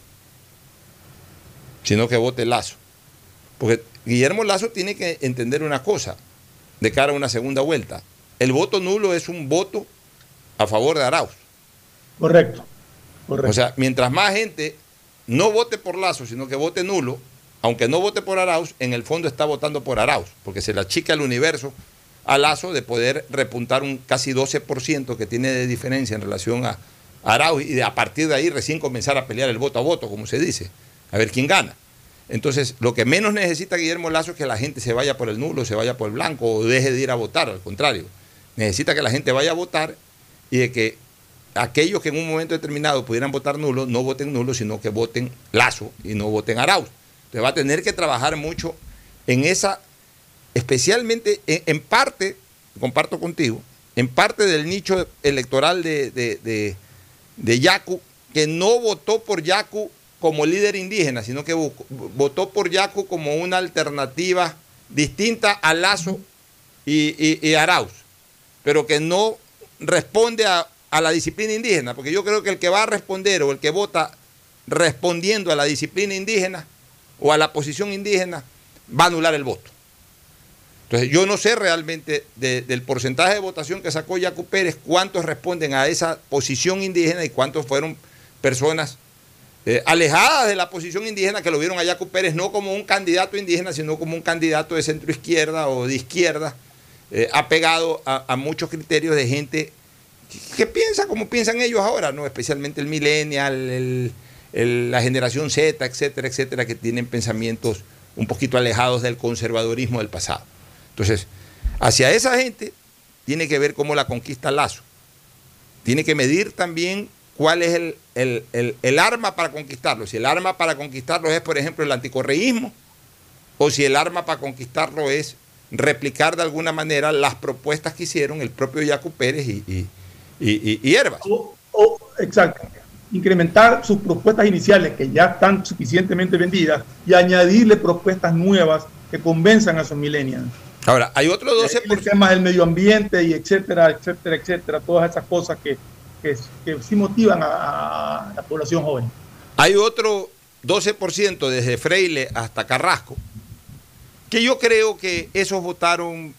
sino que vote Lasso. Porque Guillermo Lasso tiene que entender una cosa de cara a una segunda vuelta. El voto nulo es un voto a favor de Arauz. Correcto. Correcto. O sea, mientras más gente no vote por Lasso, sino que vote nulo, aunque no vote por Arauz, en el fondo está votando por Arauz, porque se le achica el universo a Lasso de poder repuntar un casi doce por ciento que tiene de diferencia en relación a Arauz, y de, a partir de ahí recién comenzar a pelear el voto a voto, como se dice, a ver quién gana. Entonces, lo que menos necesita Guillermo Lasso es que la gente se vaya por el nulo, se vaya por el blanco o deje de ir a votar, al contrario. Necesita que la gente vaya a votar y de que aquellos que en un momento determinado pudieran votar nulo, no voten nulo, sino que voten Lasso y no voten Arauz. Entonces va a tener que trabajar mucho en esa, especialmente en, en parte, comparto contigo, en parte del nicho electoral de, de, de, de Yacu, que no votó por Yacu como líder indígena, sino que votó por Yacu como una alternativa distinta a Lasso y, y, y Arauz, pero que no responde a, a la disciplina indígena, porque yo creo que el que va a responder o el que vota respondiendo a la disciplina indígena o a la posición indígena va a anular el voto. Entonces yo no sé realmente de, del porcentaje de votación que sacó Yacu Pérez cuántos responden a esa posición indígena y cuántos fueron personas eh, alejadas de la posición indígena que lo vieron a Yacu Pérez no como un candidato indígena, sino como un candidato de centro izquierda o de izquierda, eh, apegado a, a muchos criterios de gente que, que piensa como piensan ellos ahora, ¿no? Especialmente el millennial, el, el, la generación Z, etcétera, etcétera, que tienen pensamientos un poquito alejados del conservadurismo del pasado. Entonces, hacia esa gente tiene que ver cómo la conquista Lasso. Tiene que medir también cuál es el, el, el, el arma para conquistarlo. Si el arma para conquistarlo es, por ejemplo, el anticorreísmo, o si el arma para conquistarlo es replicar de alguna manera las propuestas que hicieron el propio Yacu Pérez y, y, y, y Herbas. O, o, exacto. Incrementar sus propuestas iniciales, que ya están suficientemente vendidas, y añadirle propuestas nuevas que convenzan a sus millennials. Ahora, hay otro doce por ciento. El tema del medio ambiente y etcétera, etcétera, etcétera, todas esas cosas que, que, que sí motivan a, a la población joven. Hay otro doce por ciento desde Freile hasta Carrasco, que yo creo que esos votaron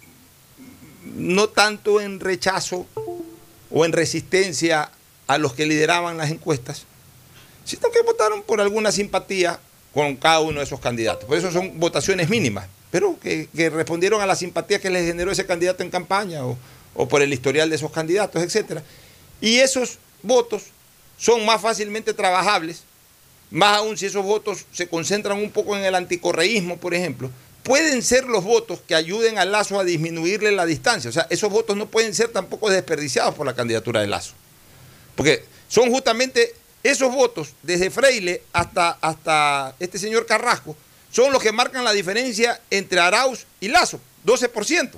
no tanto en rechazo o en resistencia a los que lideraban las encuestas, sino que votaron por alguna simpatía con cada uno de esos candidatos. Por eso son votaciones mínimas, pero que, que respondieron a la simpatía que les generó ese candidato en campaña o, o por el historial de esos candidatos, etcétera. Y esos votos son más fácilmente trabajables, más aún si esos votos se concentran un poco en el anticorreísmo, por ejemplo, pueden ser los votos que ayuden a Lasso a disminuirle la distancia. O sea, esos votos no pueden ser tampoco desperdiciados por la candidatura de Lasso, porque son justamente esos votos, desde Freile hasta, hasta este señor Carrasco, son los que marcan la diferencia entre Arauz y Lasso, doce por ciento.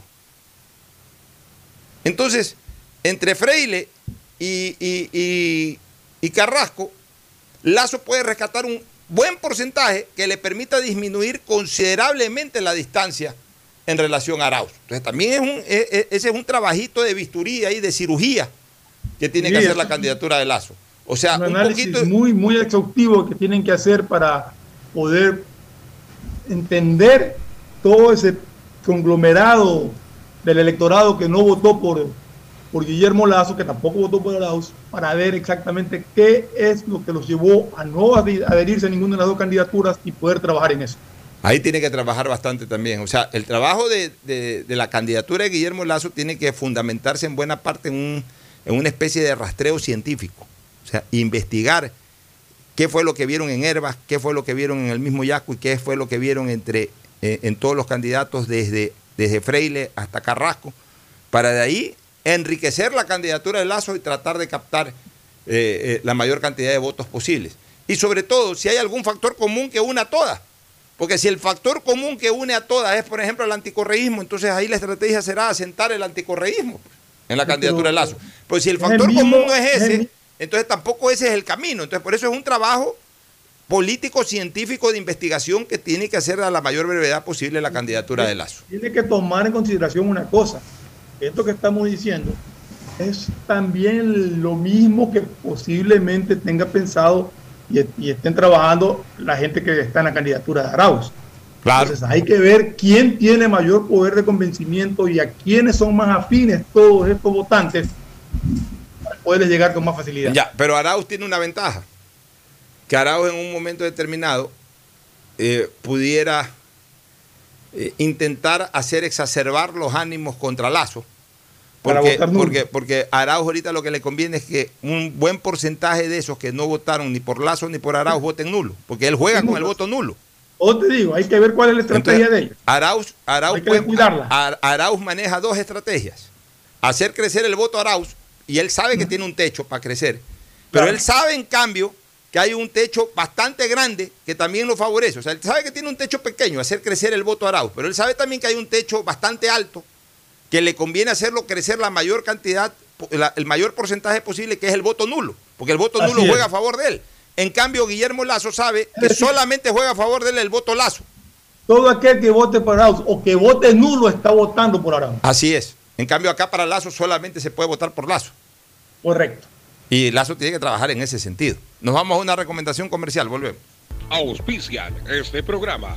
Entonces, entre Freile y, y, y, y Carrasco, Lasso puede rescatar un buen porcentaje que le permita disminuir considerablemente la distancia en relación a Arauz. Entonces, también es un, es, ese es un trabajito de bisturí y de cirugía que tiene sí, que hacer la candidatura de Lasso. O sea, un, un análisis poquito muy, muy exhaustivo que tienen que hacer para poder entender todo ese conglomerado del electorado que no votó por, por Guillermo Lasso, que tampoco votó por Arauz, para ver exactamente qué es lo que los llevó a no adherirse a ninguna de las dos candidaturas y poder trabajar en eso. Ahí tiene que trabajar bastante también. O sea, el trabajo de, de, de la candidatura de Guillermo Lasso tiene que fundamentarse en buena parte en, un, en una especie de rastreo científico. O sea, investigar qué fue lo que vieron en Herbas, qué fue lo que vieron en el mismo Yacu y qué fue lo que vieron entre, eh, en todos los candidatos desde, desde Freile hasta Carrasco, para de ahí enriquecer la candidatura de Lasso y tratar de captar eh, eh, la mayor cantidad de votos posibles. Y sobre todo, si hay algún factor común que una a todas. Porque si el factor común que une a todas es, por ejemplo, el anticorreísmo, entonces ahí la estrategia será asentar el anticorreísmo en la candidatura de Lasso. Pues si el factor común no es ese, entonces tampoco ese es el camino. Entonces por eso es un trabajo político, científico, de investigación que tiene que hacer a la mayor brevedad posible la candidatura de Lasso. Tiene que tomar en consideración una cosa. Esto que estamos diciendo es también lo mismo que posiblemente tenga pensado y, y estén trabajando la gente que está en la candidatura de Arauz. Claro. Entonces hay que ver quién tiene mayor poder de convencimiento y a quiénes son más afines todos estos votantes para poderles llegar con más facilidad. Ya, pero Arauz tiene una ventaja, que Arauz en un momento determinado eh, pudiera eh, intentar hacer exacerbar los ánimos contra Lasso, porque, porque, porque Arauz ahorita lo que le conviene es que un buen porcentaje de esos que no votaron ni por Lasso ni por Arauz voten nulo, porque él juega con el voto nulo. O te digo, hay que ver cuál es la estrategia Entonces, de ellos. Arauz, Arauz, puede, Ar, Arauz maneja dos estrategias: hacer crecer el voto Arauz, y él sabe que tiene un techo para crecer, pero claro, él sabe en cambio que que hay un techo bastante grande que también lo favorece. O sea, él sabe que tiene un techo pequeño, hacer crecer el voto Arauz, pero él sabe también que hay un techo bastante alto que le conviene hacerlo crecer la mayor cantidad, la, el mayor porcentaje posible, que es el voto nulo, porque el voto nulo juega a favor de él. En cambio, Guillermo Lasso sabe que solamente juega a favor de él el voto Lasso. Todo aquel que vote por Arauz o que vote nulo está votando por Arauz. Así es. En cambio, acá para Lasso solamente se puede votar por Lasso. Correcto. Y Lasso tiene que trabajar en ese sentido. Nos vamos a una recomendación comercial, volvemos. Auspician este programa.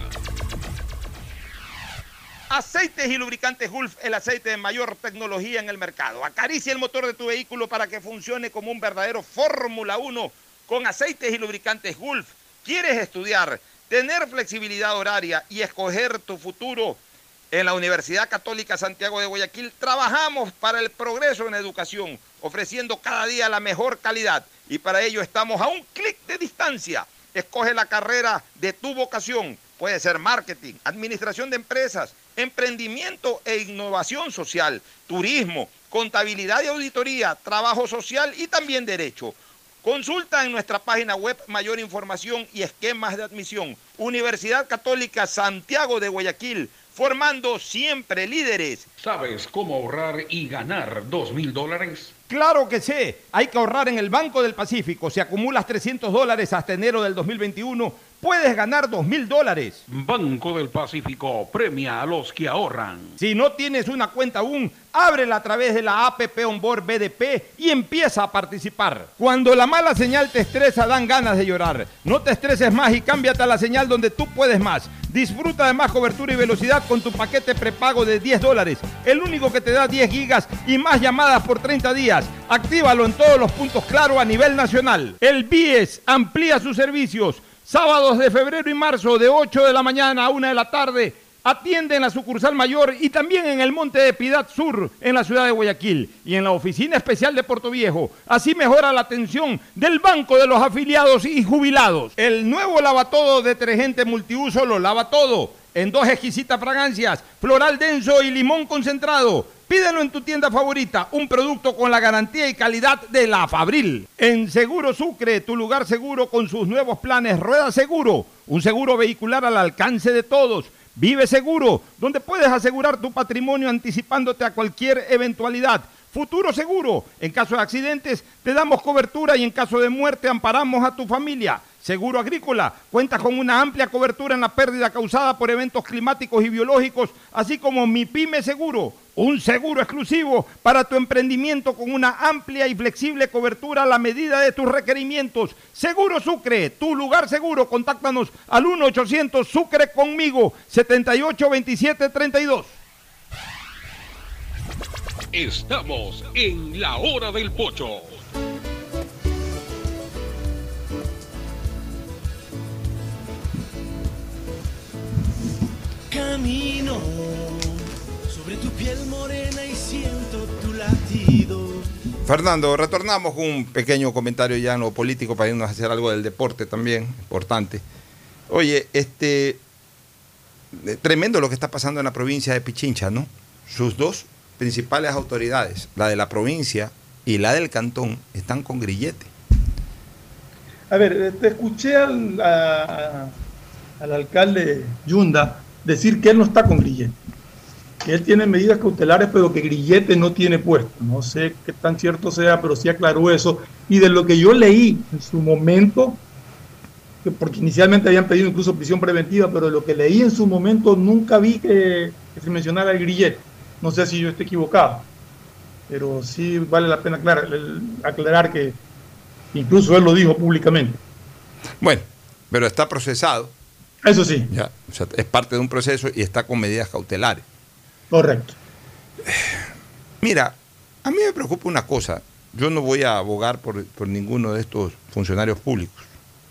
Aceites y lubricantes Gulf, el aceite de mayor tecnología en el mercado. Acaricia el motor de tu vehículo para que funcione como un verdadero Fórmula uno con aceites y lubricantes Gulf. ¿Quieres estudiar, tener flexibilidad horaria y escoger tu futuro? En la Universidad Católica Santiago de Guayaquil trabajamos para el progreso en educación, ofreciendo cada día la mejor calidad, y para ello estamos a un clic de distancia. Escoge la carrera de tu vocación. Puede ser marketing, administración de empresas, emprendimiento e innovación social, turismo, contabilidad y auditoría, trabajo social y también derecho. Consulta en nuestra página web mayor información y esquemas de admisión. Universidad Católica Santiago de Guayaquil, formando siempre líderes. ¿Sabes cómo ahorrar y ganar dos mil dólares? Claro que sé, hay que ahorrar en el Banco del Pacífico. Si acumulas trescientos dólares hasta enero del dos mil veintiuno, puedes ganar dos mil dólares. Banco del Pacífico premia a los que ahorran. Si no tienes una cuenta aún, ábrela a través de la A P P Onboard B D P y empieza a participar. Cuando la mala señal te estresa, dan ganas de llorar. No te estreses más y cámbiate a la señal donde tú puedes más. Disfruta de más cobertura y velocidad con tu paquete prepago de diez dólares, el único que te da diez gigas y más llamadas por treinta días. Actívalo en todos los puntos Claro a nivel nacional. El B I E S amplía sus servicios. Sábados de febrero y marzo de ocho de la mañana a una de la tarde. Atiende en la sucursal mayor y también en el Monte de Piedad Sur, en la ciudad de Guayaquil, y en la oficina especial de Puerto Viejo. Así mejora la atención del Banco de los Afiliados y Jubilados. El nuevo lavatodo detergente multiuso lo lava todo, en dos exquisitas fragancias, floral denso y limón concentrado. Pídelo en tu tienda favorita, un producto con la garantía y calidad de la Fabril. En Seguro Sucre, tu lugar seguro con sus nuevos planes Rueda Seguro, un seguro vehicular al alcance de todos. Vive Seguro, donde puedes asegurar tu patrimonio anticipándote a cualquier eventualidad. Futuro Seguro, en caso de accidentes te damos cobertura y en caso de muerte amparamos a tu familia. Seguro Agrícola, cuenta con una amplia cobertura en la pérdida causada por eventos climáticos y biológicos, así como Mi Pyme Seguro, un seguro exclusivo para tu emprendimiento con una amplia y flexible cobertura a la medida de tus requerimientos. Seguro Sucre, tu lugar seguro. Contáctanos al uno ochocientos Sucre conmigo, setenta y ocho veintisiete treinta y dos. Estamos en la hora del pocho. Camino sobre tu piel morena y siento tu latido. Fernando, retornamos con un pequeño comentario ya en lo político para irnos a hacer algo del deporte también, importante. Oye, este tremendo lo que está pasando en la provincia de Pichincha, ¿no? Sus dos principales autoridades, la de la provincia y la del cantón, están con grillete. A ver, te escuché al, a, al alcalde Yunda decir que él no está con grillete, que él tiene medidas cautelares, pero que grillete no tiene puesto. No sé qué tan cierto sea, pero sí aclaró eso. Y de lo que yo leí en su momento, que porque inicialmente habían pedido incluso prisión preventiva, pero de lo que leí en su momento nunca vi que, que se mencionara el grillete. No sé si yo estoy equivocado, pero sí vale la pena aclarar, aclarar que incluso él lo dijo públicamente. Bueno, pero está procesado. Eso sí. Ya, o sea, es parte de un proceso y está con medidas cautelares. Correcto. Mira, a mí me preocupa una cosa. Yo no voy a abogar por, por ninguno de estos funcionarios públicos,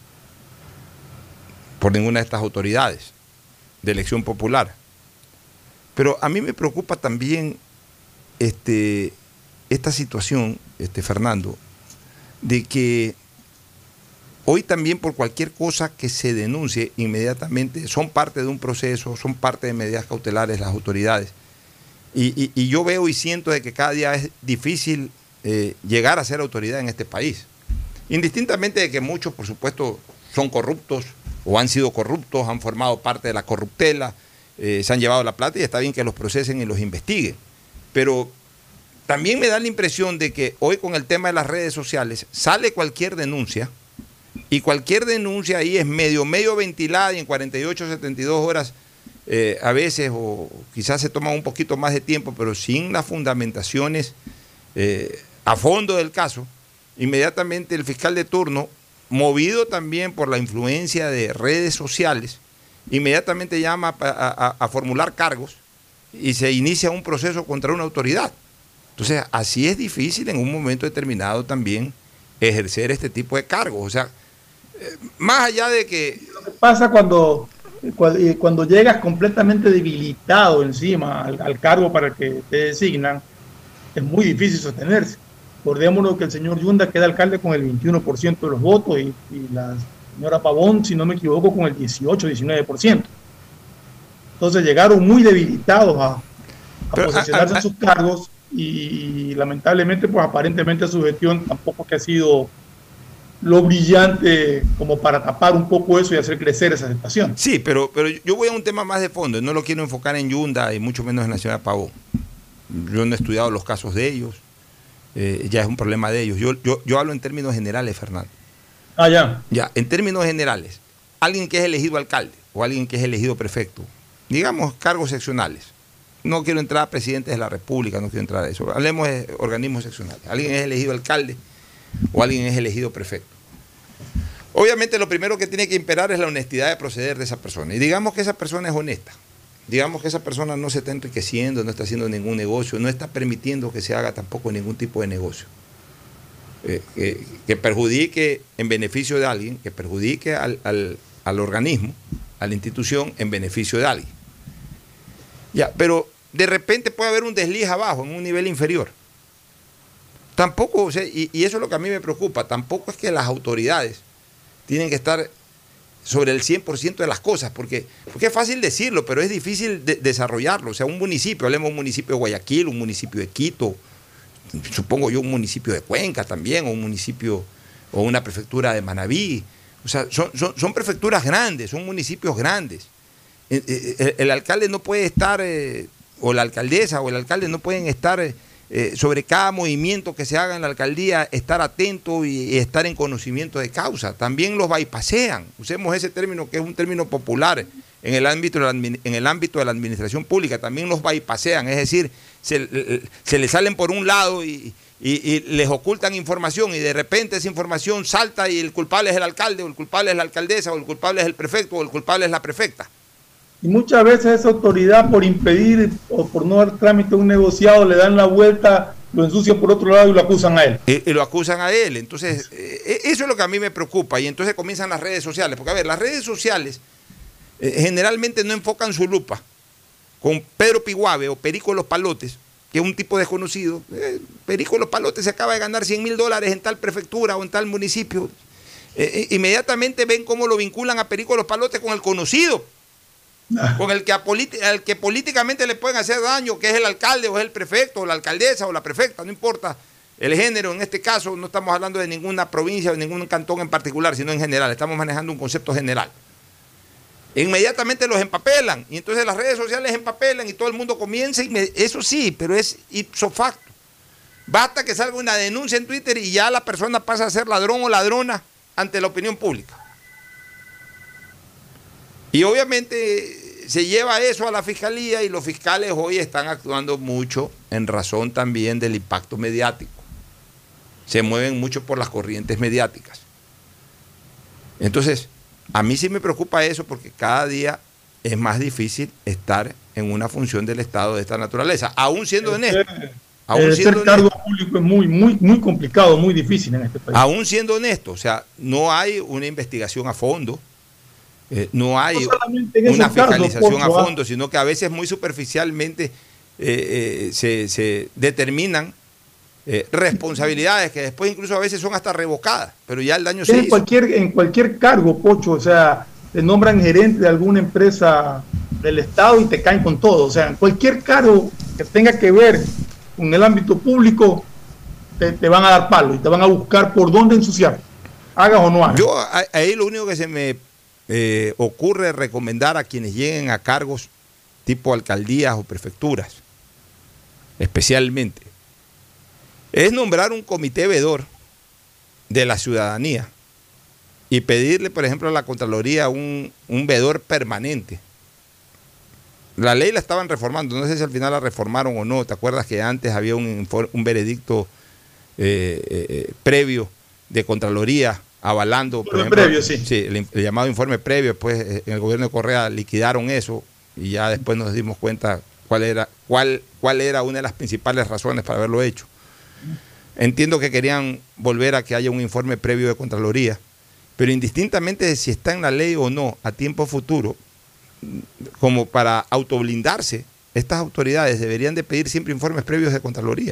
por ninguna de estas autoridades de elección popular. Pero a mí me preocupa también este, esta situación, este, Fernando, de que hoy también por cualquier cosa que se denuncie inmediatamente, son parte de un proceso, son parte de medidas cautelares las autoridades. Y, y, y yo veo y siento de que cada día es difícil eh, llegar a ser autoridad en este país. indistintamente de que muchos, por supuesto, son corruptos o han sido corruptos, han formado parte de la corruptela, eh, se han llevado la plata y está bien que los procesen y los investiguen. Pero también me da la impresión de que hoy con el tema de las redes sociales sale cualquier denuncia y cualquier denuncia ahí es medio, medio ventilada y en cuarenta y ocho, setenta y dos horas eh, a veces o quizás se toma un poquito más de tiempo, pero sin las fundamentaciones eh, a fondo del caso, inmediatamente el fiscal de turno, movido también por la influencia de redes sociales, inmediatamente llama a, a, a formular cargos y se inicia un proceso contra una autoridad. Entonces, así es difícil en un momento determinado también ejercer este tipo de cargos. O sea, eh, más allá de que... Lo que pasa cuando, cuando llegas completamente debilitado encima al, al cargo para el que te designan, es muy difícil sostenerse. Recordémonos que el señor Yunda queda alcalde con el veintiuno por ciento de los votos y, y la señora Pavón, si no me equivoco, con el dieciocho, diecinueve por ciento. Entonces llegaron muy debilitados a, a Pero, posesionarse a, a, en sus cargos y, y lamentablemente, pues aparentemente su gestión tampoco que ha sido lo brillante como para tapar un poco eso y hacer crecer esa situación. Sí, pero, pero yo voy a un tema más de fondo, no lo quiero enfocar en Yunda y mucho menos en la señora Pavón. Yo no he estudiado los casos de ellos. Eh, ya es un problema de ellos. Yo, yo, yo hablo en términos generales, Fernando. Ah, ya. Ya, en términos generales, alguien que es elegido alcalde o alguien que es elegido prefecto, digamos cargos seccionales. No quiero entrar a presidentes de la República, no quiero entrar a eso. Hablemos de organismos seccionales. Alguien es elegido alcalde o alguien es elegido prefecto. Obviamente lo primero que tiene que imperar es la honestidad de proceder de esa persona. Y digamos que esa persona es honesta. Digamos que esa persona no se está enriqueciendo, no está haciendo ningún negocio, no está permitiendo que se haga tampoco ningún tipo de negocio. Eh, que, que perjudique en beneficio de alguien, que perjudique al, al, al organismo, a la institución en beneficio de alguien. Ya, pero de repente puede haber un desliz abajo, en un nivel inferior. Tampoco, o sea, y, y eso es lo que a mí me preocupa, tampoco es que las autoridades tienen que estar sobre el cien por ciento de las cosas, porque, porque es fácil decirlo, pero es difícil de, desarrollarlo. O sea, un municipio, hablemos de un municipio de Guayaquil, un municipio de Quito, supongo yo un municipio de Cuenca también, o un municipio, o una prefectura de Manabí. O sea, son, son, son prefecturas grandes, son municipios grandes. El, el, el alcalde no puede estar, eh, o la alcaldesa o el alcalde no pueden estar eh, sobre cada movimiento que se haga en la alcaldía, estar atento y, y estar en conocimiento de causa. También los bypasean. Usemos ese término que es un término popular en el ámbito de la, en el ámbito de la administración pública. También los bypasean, es decir, se, se les salen por un lado y, y, y les ocultan información y de repente esa información salta y el culpable es el alcalde, o el culpable es la alcaldesa, o el culpable es el prefecto, o el culpable es la prefecta. Y muchas veces esa autoridad, por impedir o por no dar trámite a un negociado, le dan la vuelta, lo ensucian por otro lado y lo acusan a él. Y, y lo acusan a él. Entonces, eh, eso es lo que a mí me preocupa. Y entonces comienzan las redes sociales. Porque, a ver, las redes sociales eh, generalmente no enfocan su lupa con Pedro Piguave o Perico Los Palotes, que es un tipo desconocido. Eh, Perico Los Palotes se acaba de ganar cien mil dólares en tal prefectura o en tal municipio. Eh, eh, inmediatamente ven cómo lo vinculan a Perico Los Palotes con el conocido. Con el que, a al que políticamente le pueden hacer daño, que es el alcalde o es el prefecto o la alcaldesa o la prefecta, no importa el género. En este caso no estamos hablando de ninguna provincia o de ningún cantón en particular, sino en general, estamos manejando un concepto general. Inmediatamente los empapelan y entonces las redes sociales empapelan y todo el mundo comienza, y me, eso sí, pero es ipso facto. Basta que salga una denuncia en Twitter y ya la persona pasa a ser ladrón o ladrona ante la opinión pública. Y obviamente se lleva eso a la fiscalía y los fiscales hoy están actuando mucho en razón también del impacto mediático. Se mueven mucho por las corrientes mediáticas. Entonces, a mí sí me preocupa eso porque cada día es más difícil estar en una función del Estado de esta naturaleza, aún siendo honesto. Aún siendo ser cargo público es muy, muy, muy complicado, muy difícil en este país. Aún siendo honesto, o sea, no hay una investigación a fondo. Eh, no hay no una fiscalización casos, a fondo, sino que a veces muy superficialmente eh, eh, se, se determinan eh, responsabilidades que después incluso a veces son hasta revocadas, pero ya el daño se en hizo. Cualquier, en cualquier cargo, Pocho, o sea, te nombran gerente de alguna empresa del Estado y te caen con todo. O sea, en cualquier cargo que tenga que ver con el ámbito público, te, te van a dar palo y te van a buscar por dónde ensuciar. hagas o no hagas. Yo ahí lo único que se me eh, ocurre recomendar a quienes lleguen a cargos tipo alcaldías o prefecturas, especialmente, es nombrar un comité vedor de la ciudadanía y pedirle, por ejemplo, a la Contraloría un, un vedor permanente. La ley la estaban reformando, no sé si al final la reformaron o no. ¿Te acuerdas que antes había un, un veredicto eh, eh, previo de Contraloría avalando, por ejemplo, previo, sí. Sí, el, el llamado informe previo? Después eh, en el gobierno de Correa liquidaron eso y ya después nos dimos cuenta cuál era, cuál, cuál era una de las principales razones para haberlo hecho. Entiendo que querían volver a que haya un informe previo de Contraloría, pero indistintamente de si está en la ley o no a tiempo futuro, como para autoblindarse, estas autoridades deberían de pedir siempre informes previos de Contraloría.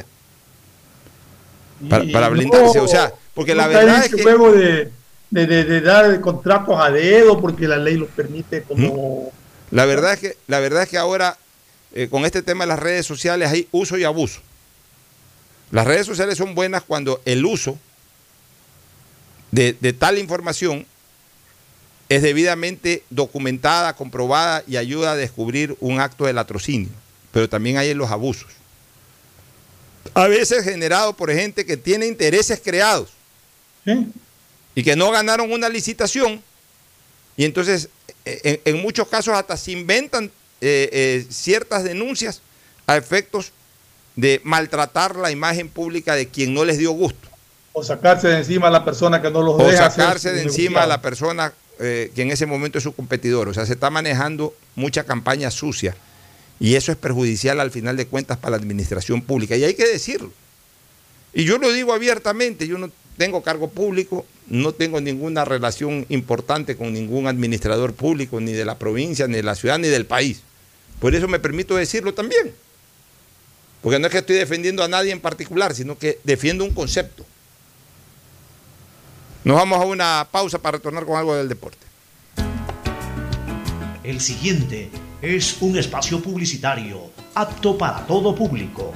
Para, para blindarse, no, o sea, porque no la verdad es que... juego de, de, de, de dar contratos a dedo porque la ley los permite como... La verdad es que, la verdad es que ahora, eh, con este tema de las redes sociales, hay uso y abuso. Las redes sociales son buenas cuando el uso de, de tal información es debidamente documentada, comprobada y ayuda a descubrir un acto de latrocinio. Pero también hay los abusos. A veces generado por gente que tiene intereses creados. ¿Sí? Y que no ganaron una licitación. Y entonces, en, en muchos casos hasta se inventan eh, eh, ciertas denuncias a efectos de maltratar la imagen pública de quien no les dio gusto. O sacarse de encima a la persona que no los o deja. O sacarse de encima a la persona eh, que en ese momento es su competidor. O sea, se está manejando mucha campaña sucia. Y eso es perjudicial al final de cuentas para la administración pública. Y hay que decirlo. Y yo lo digo abiertamente, yo no tengo cargo público, no tengo ninguna relación importante con ningún administrador público, ni de la provincia, ni de la ciudad, ni del país. Por eso me permito decirlo también. Porque no es que estoy defendiendo a nadie en particular, sino que defiendo un concepto. Nos vamos a una pausa para retornar con algo del deporte. El siguiente es un espacio publicitario apto para todo público.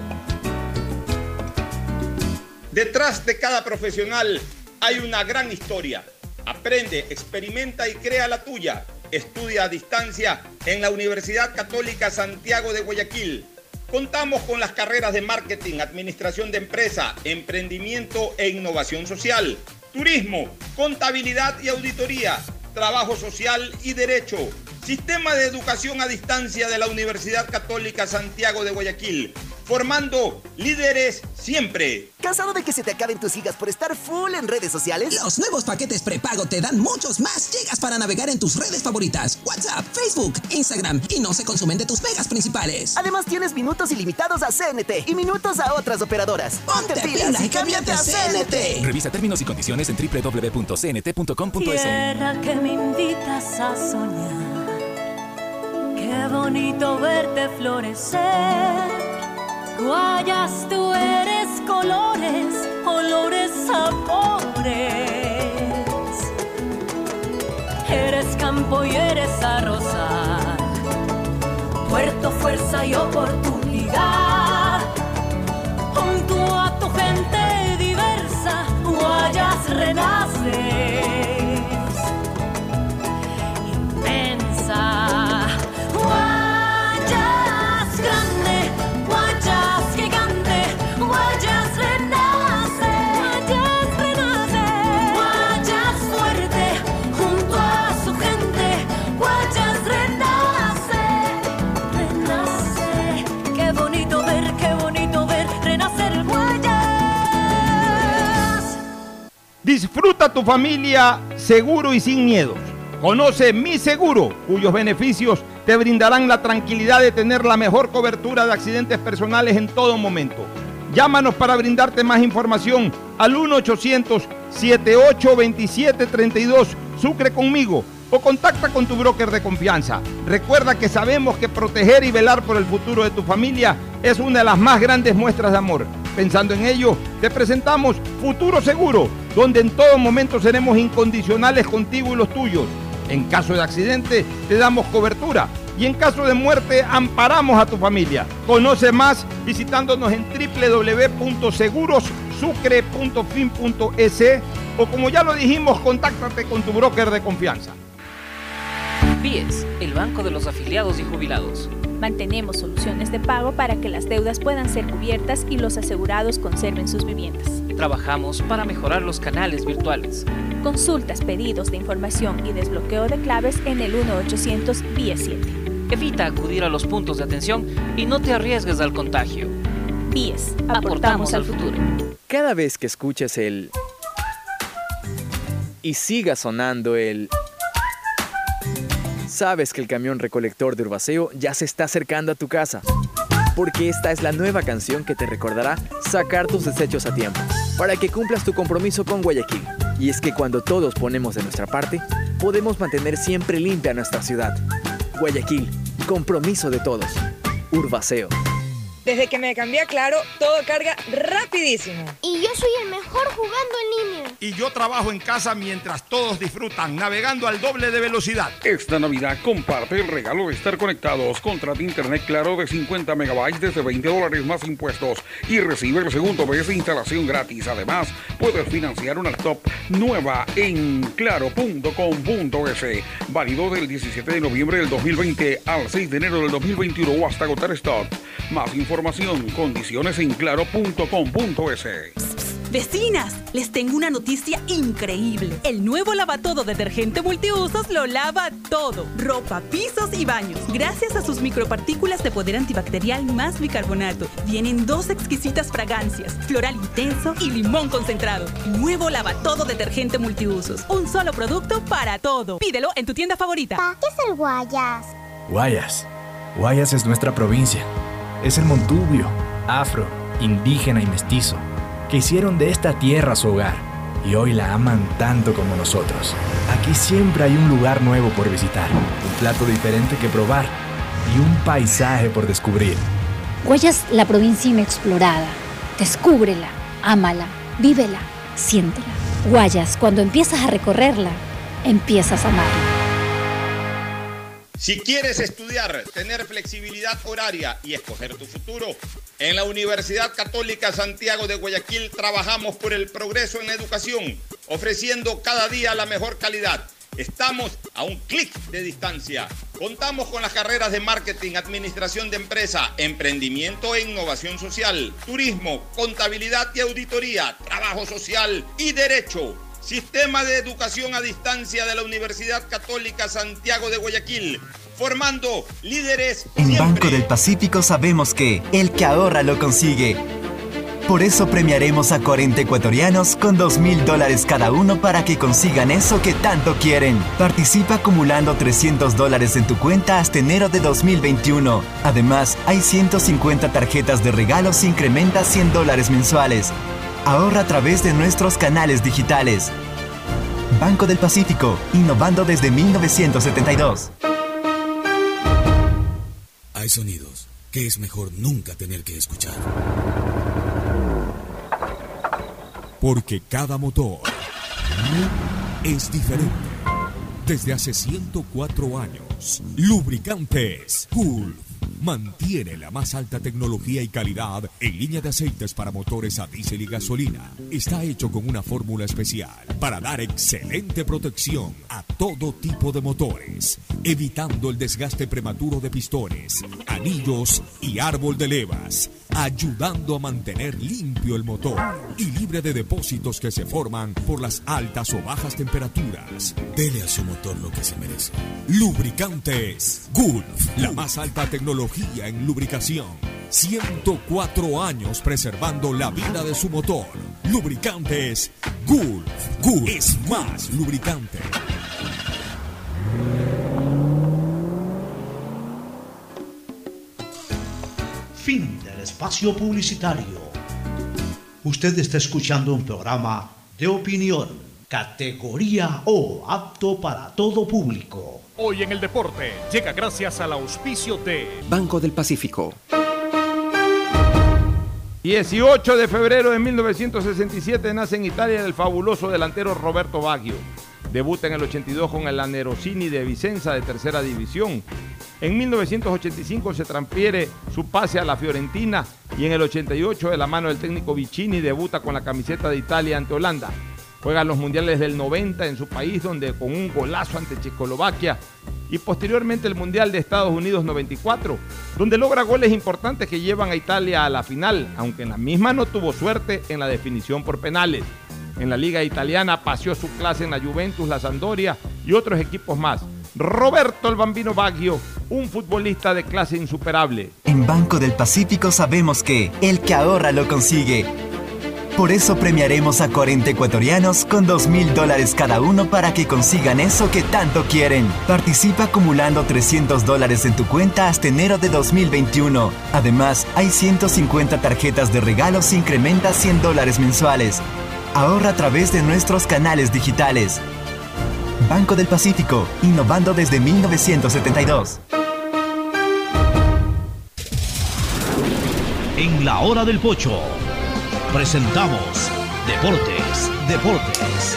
Detrás de cada profesional hay una gran historia. Aprende, experimenta y crea la tuya. Estudia a distancia en la Universidad Católica Santiago de Guayaquil. Contamos con las carreras de marketing, administración de empresa, emprendimiento e innovación social, turismo, contabilidad y auditoría, trabajo social y derecho. Sistema de educación a distancia de la Universidad Católica Santiago de Guayaquil, formando líderes siempre. ¿Cansado de que se te acaben tus gigas por estar full en redes sociales? Los nuevos paquetes prepago te dan muchos más gigas para navegar en tus redes favoritas, WhatsApp, Facebook, Instagram, y no se consumen de tus megas principales. Además tienes minutos ilimitados a C N T y minutos a otras operadoras. Ponte, Ponte pilas y cámbiate a C N T. Revisa términos y condiciones en doble u doble u doble u punto c n t punto com punto es. Tierra que me invitas a soñar. Qué bonito verte florecer. Guayas, tú eres colores, olores, sabores. Eres campo y eres arrozal. Puerto, fuerza y oportunidad. Junto a tu gente diversa, Guayas renaces. Inmensa. Disfruta tu familia seguro y sin miedos. Conoce Mi Seguro, cuyos beneficios te brindarán la tranquilidad de tener la mejor cobertura de accidentes personales en todo momento. Llámanos para brindarte más información al uno ochocientos, setenta y ocho, veintisiete, treinta y dos, Sucre conmigo, o contacta con tu broker de confianza. Recuerda que sabemos que proteger y velar por el futuro de tu familia es una de las más grandes muestras de amor. Pensando en ello, te presentamos Futuro Seguro, donde en todo momento seremos incondicionales contigo y los tuyos. En caso de accidente, te damos cobertura. Y en caso de muerte, amparamos a tu familia. Conoce más visitándonos en doble u doble u doble u punto seguros sucre punto fin punto es O como ya lo dijimos, contáctate con tu broker de confianza. B I E S, el banco de los afiliados y jubilados. Mantenemos soluciones de pago para que las deudas puedan ser cubiertas y los asegurados conserven sus viviendas. Trabajamos para mejorar los canales virtuales. Consultas, pedidos de información y desbloqueo de claves en el uno ochocientos B I E S siete. Evita acudir a los puntos de atención y no te arriesgues al contagio. B I E S, aportamos, aportamos al futuro. Cada vez que escuches el... y siga sonando el... sabes que el camión recolector de Urbaceo ya se está acercando a tu casa. Porque esta es la nueva canción que te recordará sacar tus desechos a tiempo, para que cumplas tu compromiso con Guayaquil. Y es que cuando todos ponemos de nuestra parte, podemos mantener siempre limpia nuestra ciudad. Guayaquil, compromiso de todos. Urbaceo. Desde que me cambié a Claro, todo carga rapidísimo. Y yo soy el mejor jugando en línea. Y yo trabajo en casa mientras todos disfrutan, navegando al doble de velocidad. Esta Navidad comparte el regalo de estar conectados. Contrata internet Claro de cincuenta megabytes desde veinte dólares más impuestos y recibe el segundo mes de instalación gratis. Además, puedes financiar una laptop nueva en claro punto com punto es. Válido del diecisiete de noviembre del dos mil veinte al seis de enero del dos mil veintiuno o hasta agotar stock. Más información, condiciones en claro punto com punto es. Vecinas, les tengo una noticia increíble. El nuevo lavatodo detergente multiusos lo lava todo. Ropa, pisos y baños. Gracias a sus micropartículas de poder antibacterial más bicarbonato. Vienen dos exquisitas fragancias, floral intenso y limón concentrado. Nuevo lavatodo detergente multiusos. Un solo producto para todo. Pídelo en tu tienda favorita. ¿Qué es el Guayas? Guayas. Guayas es nuestra provincia. Es el montubio, afro, indígena y mestizo, que hicieron de esta tierra su hogar y hoy la aman tanto como nosotros. Aquí siempre hay un lugar nuevo por visitar, un plato diferente que probar y un paisaje por descubrir. Guayas, la provincia inexplorada. Descúbrela, ámala, vívela, siéntela. Guayas, cuando empiezas a recorrerla, empiezas a amarla. Si quieres estudiar, tener flexibilidad horaria y escoger tu futuro, en la Universidad Católica Santiago de Guayaquil trabajamos por el progreso en educación, ofreciendo cada día la mejor calidad. Estamos a un clic de distancia. Contamos con las carreras de marketing, administración de empresa, emprendimiento e innovación social, turismo, contabilidad y auditoría, trabajo social y derecho. Sistema de Educación a Distancia de la Universidad Católica Santiago de Guayaquil, formando líderes En siempre. Banco del Pacífico sabemos que el que ahorra lo consigue. Por eso premiaremos a cuarenta ecuatorianos con dos mil dólares cada uno para que consigan eso que tanto quieren. Participa acumulando trescientos dólares en tu cuenta hasta enero de dos mil veintiuno. Además, hay ciento cincuenta tarjetas de regalos e incrementa cien dólares mensuales. Ahorra a través de nuestros canales digitales. Banco del Pacífico, innovando desde mil novecientos setenta y dos. Hay sonidos que es mejor nunca tener que escuchar. Porque cada motor es diferente. Desde hace ciento cuatro años, Lubricantes Gulf mantiene la más alta tecnología y calidad en línea de aceites para motores a diésel y gasolina. Está hecho con una fórmula especial para dar excelente protección a todo tipo de motores, evitando el desgaste prematuro de pistones, anillos y árbol de levas, ayudando a mantener limpio el motor y libre de depósitos que se forman por las altas o bajas temperaturas. Dele a su motor lo que se merece. Lubricantes Gulf, la más alta tecnología en lubricación. ciento cuatro años preservando la vida de su motor. Lubricantes Gulf. Gulf es más lubricante. Fin del espacio publicitario. Usted está escuchando un programa de opinión, categoría O, apto para todo público. Hoy en el deporte llega gracias al auspicio de Banco del Pacífico. dieciocho de febrero de mil novecientos sesenta y siete nace en Italia el fabuloso delantero Roberto Baggio. Debuta en el ochenta y dos con el Lanerosini de Vicenza de tercera división. En mil novecientos ochenta y cinco se transfiere su pase a la Fiorentina y en el ochenta y ocho de la mano del técnico Vicini debuta con la camiseta de Italia ante Holanda. Juega los mundiales del noventa en su país, donde con un golazo ante Checoslovaquia, y posteriormente el Mundial de Estados Unidos noventa y cuatro, donde logra goles importantes que llevan a Italia a la final, aunque en la misma no tuvo suerte en la definición por penales. En la Liga Italiana paseó su clase en la Juventus, la Sampdoria y otros equipos más. Roberto el Bambino Baggio, un futbolista de clase insuperable. En Banco del Pacífico sabemos que el que ahorra lo consigue. Por eso premiaremos a cuarenta ecuatorianos con dos mil dólares cada uno para que consigan eso que tanto quieren. Participa acumulando trescientos dólares en tu cuenta hasta enero de dos mil veintiuno. Además, hay ciento cincuenta tarjetas de regalos e incrementa cien dólares mensuales. Ahorra a través de nuestros canales digitales. Banco del Pacífico, innovando desde mil novecientos setenta y dos. En la hora del pocho, presentamos Deportes, Deportes.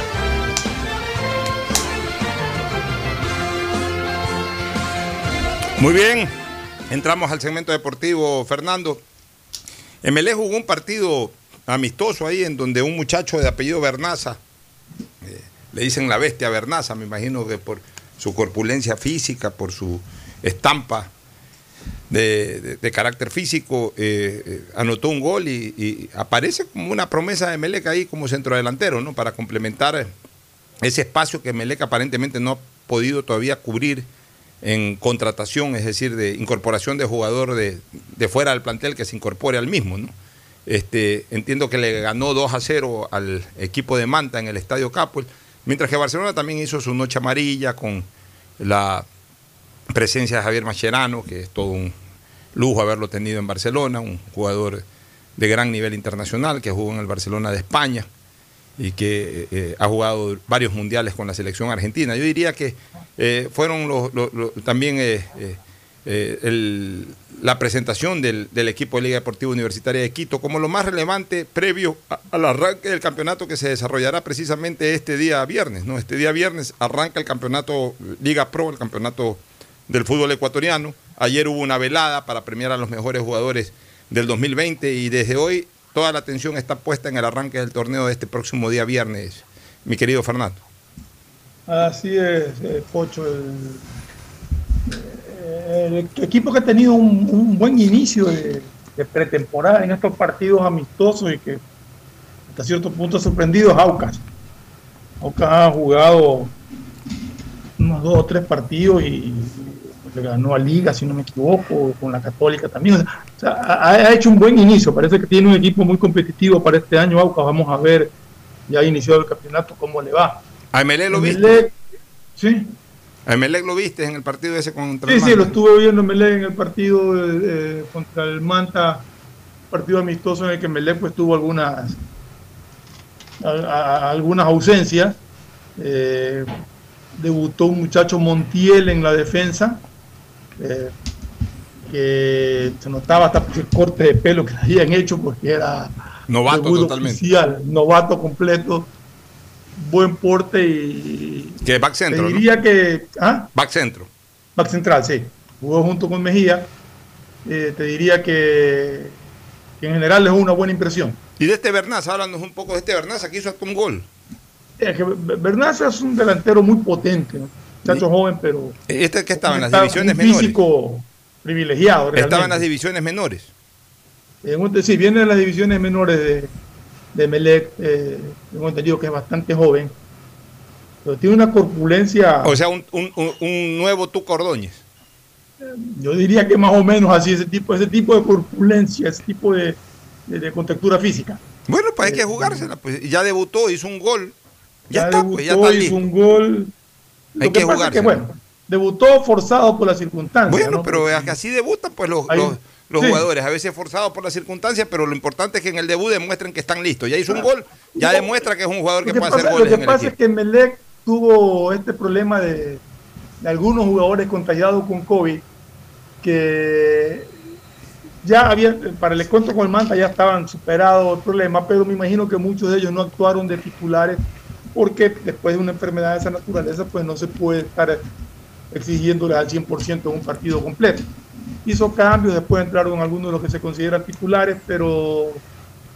Muy bien, entramos al segmento deportivo, Fernando. Emelec jugó un partido amistoso ahí en donde un muchacho de apellido Bernaza, eh, le dicen la bestia Bernaza, me imagino que por su corpulencia física, por su estampa de, de, de carácter físico, eh, eh, anotó un gol y, y aparece como una promesa de Emelec ahí como centrodelantero, ¿no? Para complementar ese espacio que Emelec aparentemente no ha podido todavía cubrir en contratación, es decir, de incorporación de jugador de, de fuera del plantel que se incorpore al mismo, ¿no? Este, entiendo que le ganó dos a cero al equipo de Manta en el Estadio Capuel, mientras que Barcelona también hizo su noche amarilla con la presencia de Javier Mascherano, que es todo un lujo haberlo tenido en Barcelona, un jugador de gran nivel internacional que jugó en el Barcelona de España y que eh, ha jugado varios mundiales con la selección argentina. Yo diría que eh, fueron los, los, los, también eh, eh, eh, el, la presentación del, del equipo de Liga Deportiva Universitaria de Quito como lo más relevante previo a, al arranque del campeonato que se desarrollará precisamente este día viernes, ¿no? Este día viernes arranca el campeonato Liga Pro, el campeonato del fútbol ecuatoriano. Ayer hubo una velada para premiar a los mejores jugadores del dos mil veinte y desde hoy toda la atención está puesta en el arranque del torneo de este próximo día viernes, mi querido Fernando. Así es, eh, Pocho. El, el equipo que ha tenido un, un buen inicio de, de pretemporada en estos partidos amistosos y que hasta cierto punto ha sorprendido es Aucas. Aucas ha jugado unos dos o tres partidos y le ganó a Liga, si no me equivoco, con la Católica también. O sea, ha, ha hecho un buen inicio. Parece que tiene un equipo muy competitivo para este año, Aucas. Vamos a ver, ya iniciado el campeonato, cómo le va. ¿A Emelec lo Emelec, viste? Sí. ¿A Emelec lo viste en el partido ese contra Sí, el sí, Manta? lo estuve viendo Emelec en el partido eh, contra el Manta, partido amistoso en el que Emelec pues tuvo algunas a, a, algunas ausencias. Eh, debutó un muchacho Montiel en la defensa, eh, que se notaba hasta por el corte de pelo que le habían hecho porque era novato totalmente, oficial, novato completo, buen porte y que back centro, te diría ¿no? que ¿ah? back centro back central, sí, jugó junto con Mejía. Eh, te diría que, que en general es una buena impresión. Y de este Bernaza, háblanos un poco de este Bernaza que hizo hasta un gol. Es que Bernaza es un delantero muy potente, ¿no? Muchacho joven, pero este que estaba en las está divisiones un menores, físico privilegiado realmente. estaba en las divisiones menores. Eh, sí, viene de las divisiones menores de, de Emelec. Eh, tengo entendido que es bastante joven, pero tiene una corpulencia. O sea, un, un, un nuevo Tuco Ordóñez. Yo diría que más o menos así, ese tipo, ese tipo de corpulencia, ese tipo de, de, de contextura física. Bueno, pues hay que jugársela, pues ya debutó, hizo un gol. Ya, ya está, debutó, pues ya está hizo listo. un gol. Hay Lo que, que pasa jugársela. es que, bueno, debutó forzado por las circunstancias. Bueno, ¿no? pero Porque es que así debutan pues los, hay, los, los sí. jugadores, a veces forzados por las circunstancias, pero lo importante es que en el debut demuestren que están listos. Ya hizo un gol, ya demuestra que es un jugador que, que puede pasa, hacer goles. Lo que en pasa el es que Emelec tuvo este problema de, de algunos jugadores contagiados con COVID, que ya había, para el encuentro con el Manta ya estaban superados el problema, pero me imagino que muchos de ellos no actuaron de titulares porque después de una enfermedad de esa naturaleza pues no se puede estar exigiéndoles al cien por ciento en un partido completo. Hizo cambios, después entraron algunos de los que se consideran titulares, pero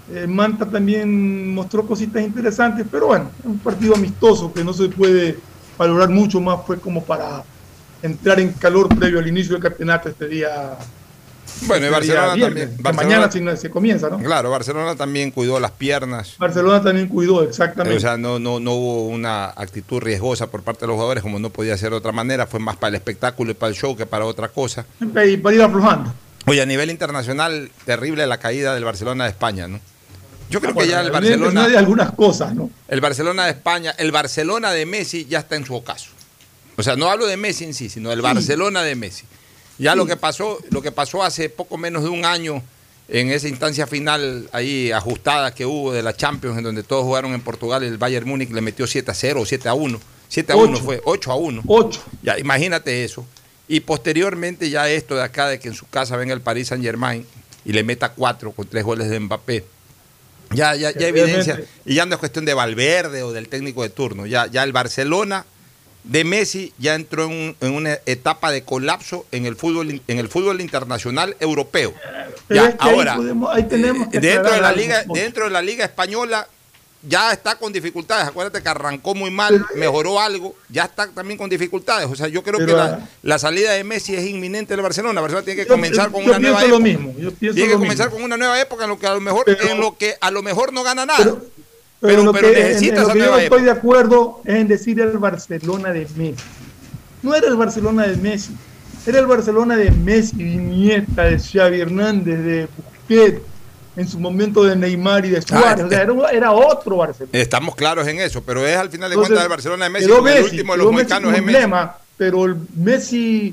Eh, Manta también mostró cositas interesantes, pero bueno, es un partido amistoso que no se puede valorar mucho más, fue como para entrar en calor previo al inicio del campeonato este día. Bueno, y Barcelona viernes, también. Barcelona, mañana se comienza, ¿no? Claro, Barcelona también cuidó las piernas. Barcelona también cuidó, exactamente. O sea, no, no, no hubo una actitud riesgosa por parte de los jugadores, como no podía ser de otra manera. Fue más para el espectáculo y para el show que para otra cosa. Y para ir aflojando. Oye, a nivel internacional, terrible la caída del Barcelona de España, ¿no? Yo creo ah, bueno, que ya el Barcelona... Hay algunas cosas, ¿no? El Barcelona de España, el Barcelona de Messi ya está en su ocaso. O sea, no hablo de Messi en sí, sino del sí. Barcelona de Messi. Ya sí. lo que pasó, lo que pasó hace poco menos de un año en esa instancia final ahí ajustada que hubo de la Champions, en donde todos jugaron en Portugal, el Bayern Múnich le metió siete a cero o siete a uno. siete a uno fue, ocho a uno. ocho. Ya, imagínate eso. Y posteriormente ya esto de acá, de que en su casa venga el Paris Saint-Germain y le meta cuatro con tres goles de Mbappé. Ya, ya, ya evidencia. Y ya no es cuestión de Valverde o del técnico de turno. Ya, ya el Barcelona de Messi ya entró en, un, en una etapa de colapso en el fútbol, en el fútbol internacional europeo. Pero ya, es que ahora, ahí podemos, ahí tenemos que dentro de la liga, algo. dentro de la liga española ya está con dificultades. Acuérdate que arrancó muy mal, mejoró algo, ya está también con dificultades. O sea, yo creo Pero, que la, la salida de Messi es inminente del Barcelona. Barcelona tiene que yo, comenzar con yo una nueva lo época. Mismo, yo pienso tiene que lo comenzar mismo. con una nueva época en lo que a lo mejor, Pero, en lo que a lo mejor no gana nada. Pero, pero, pero, pero que, necesita en, en esa lo que nueva yo estoy época. de acuerdo es en decir el Barcelona de Messi. No era el Barcelona de Messi, era el Barcelona de Messi, de Iniesta, de Xavi Hernández, de Busquets, en su momento de Neymar y de Suárez. Ah, o sea, era, era otro Barcelona. Estamos claros en eso, pero es al final de Entonces, cuentas el Barcelona de Messi, Messi el último de los mexicanos es Messi. Pero el Messi,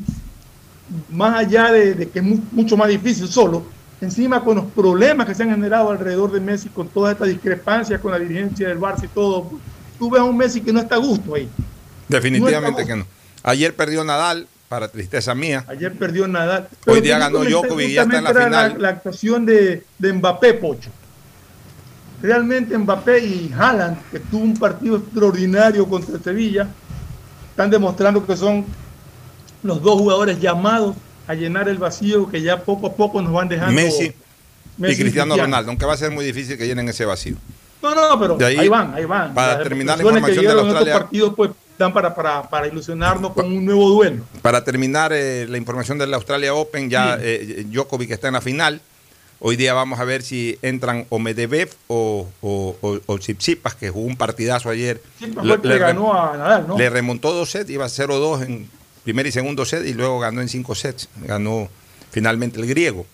más allá de, de que es mu mucho más difícil solo, encima con los problemas que se han generado alrededor de Messi, con toda esta discrepancia con la dirigencia del Barça y todo, tú ves a un Messi que no está a gusto ahí. Definitivamente no que no. Ayer perdió Nadal, para tristeza mía. Ayer perdió Nadal. Hoy día ganó Djokovic y ya está en la final. La, la actuación de, de Mbappé, Pocho. Realmente Mbappé y Haaland, que tuvo un partido extraordinario contra Sevilla, están demostrando que son los dos jugadores llamados a llenar el vacío que ya poco a poco nos van dejando. Messi, Messi y Cristiano y Ronaldo, aunque va a ser muy difícil que llenen ese vacío. No, no, pero ahí, ahí van, ahí van. Para Las terminar la información de la Australia. Estos partidos pues dan para, para, para ilusionarnos con un nuevo duelo. Para terminar eh, la información de la Australia Open, ya sí. eh, Djokovic está en la final. Hoy día vamos a ver si entran o Medvedev o, o, o, o Tsitsipas, que jugó un partidazo ayer. Tsitsipas fue el que le ganó a Nadal, ¿no? Le remontó dos sets, iba cero dos en primer y segundo set y luego ganó en cinco sets. Ganó finalmente el griego.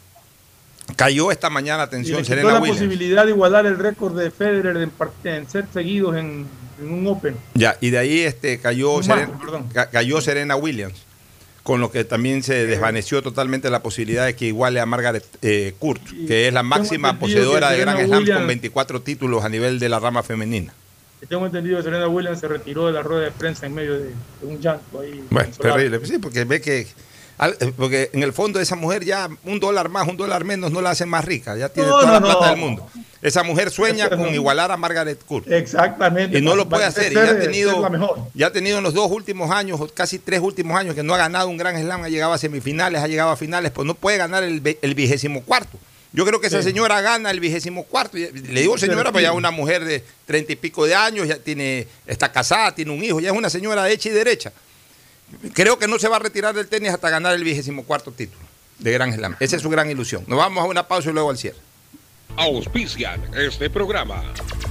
Cayó esta mañana, atención, Serena Williams. Williams. la posibilidad de igualar el récord de Federer en, en sets seguidos en, en un Open. Ya, y de ahí este, cayó, Serena, ca cayó Serena Williams, con lo que también se desvaneció totalmente la posibilidad de que iguale a Margaret eh, Court, y que es la máxima poseedora de Grand Slam con veinticuatro títulos a nivel de la rama femenina. Tengo entendido que Serena Williams se retiró de la rueda de prensa en medio de, de un llanto ahí. Bueno, terrible, sí, porque ve que porque en el fondo esa mujer ya un dólar más, un dólar menos no la hace más rica, ya tiene no, toda no, la plata no. del mundo. Esa mujer sueña con igualar a Margaret Court. Exactamente. Y no lo puede hacer. Y ya ha tenido, ya ha tenido en los dos últimos años, casi tres últimos años, que no ha ganado un Grand Slam, ha llegado a semifinales, ha llegado a finales, pues no puede ganar el, el vigésimo cuarto. Yo creo que esa sí. señora gana el vigésimo cuarto. Le digo señora, pues ya es una mujer de treinta y pico de años, ya tiene, está casada, tiene un hijo, ya es una señora hecha y derecha. Creo que no se va a retirar del tenis hasta ganar el vigésimo cuarto título de Grand Slam. Esa es su gran ilusión. Nos vamos a una pausa y luego al cierre. Auspician este programa.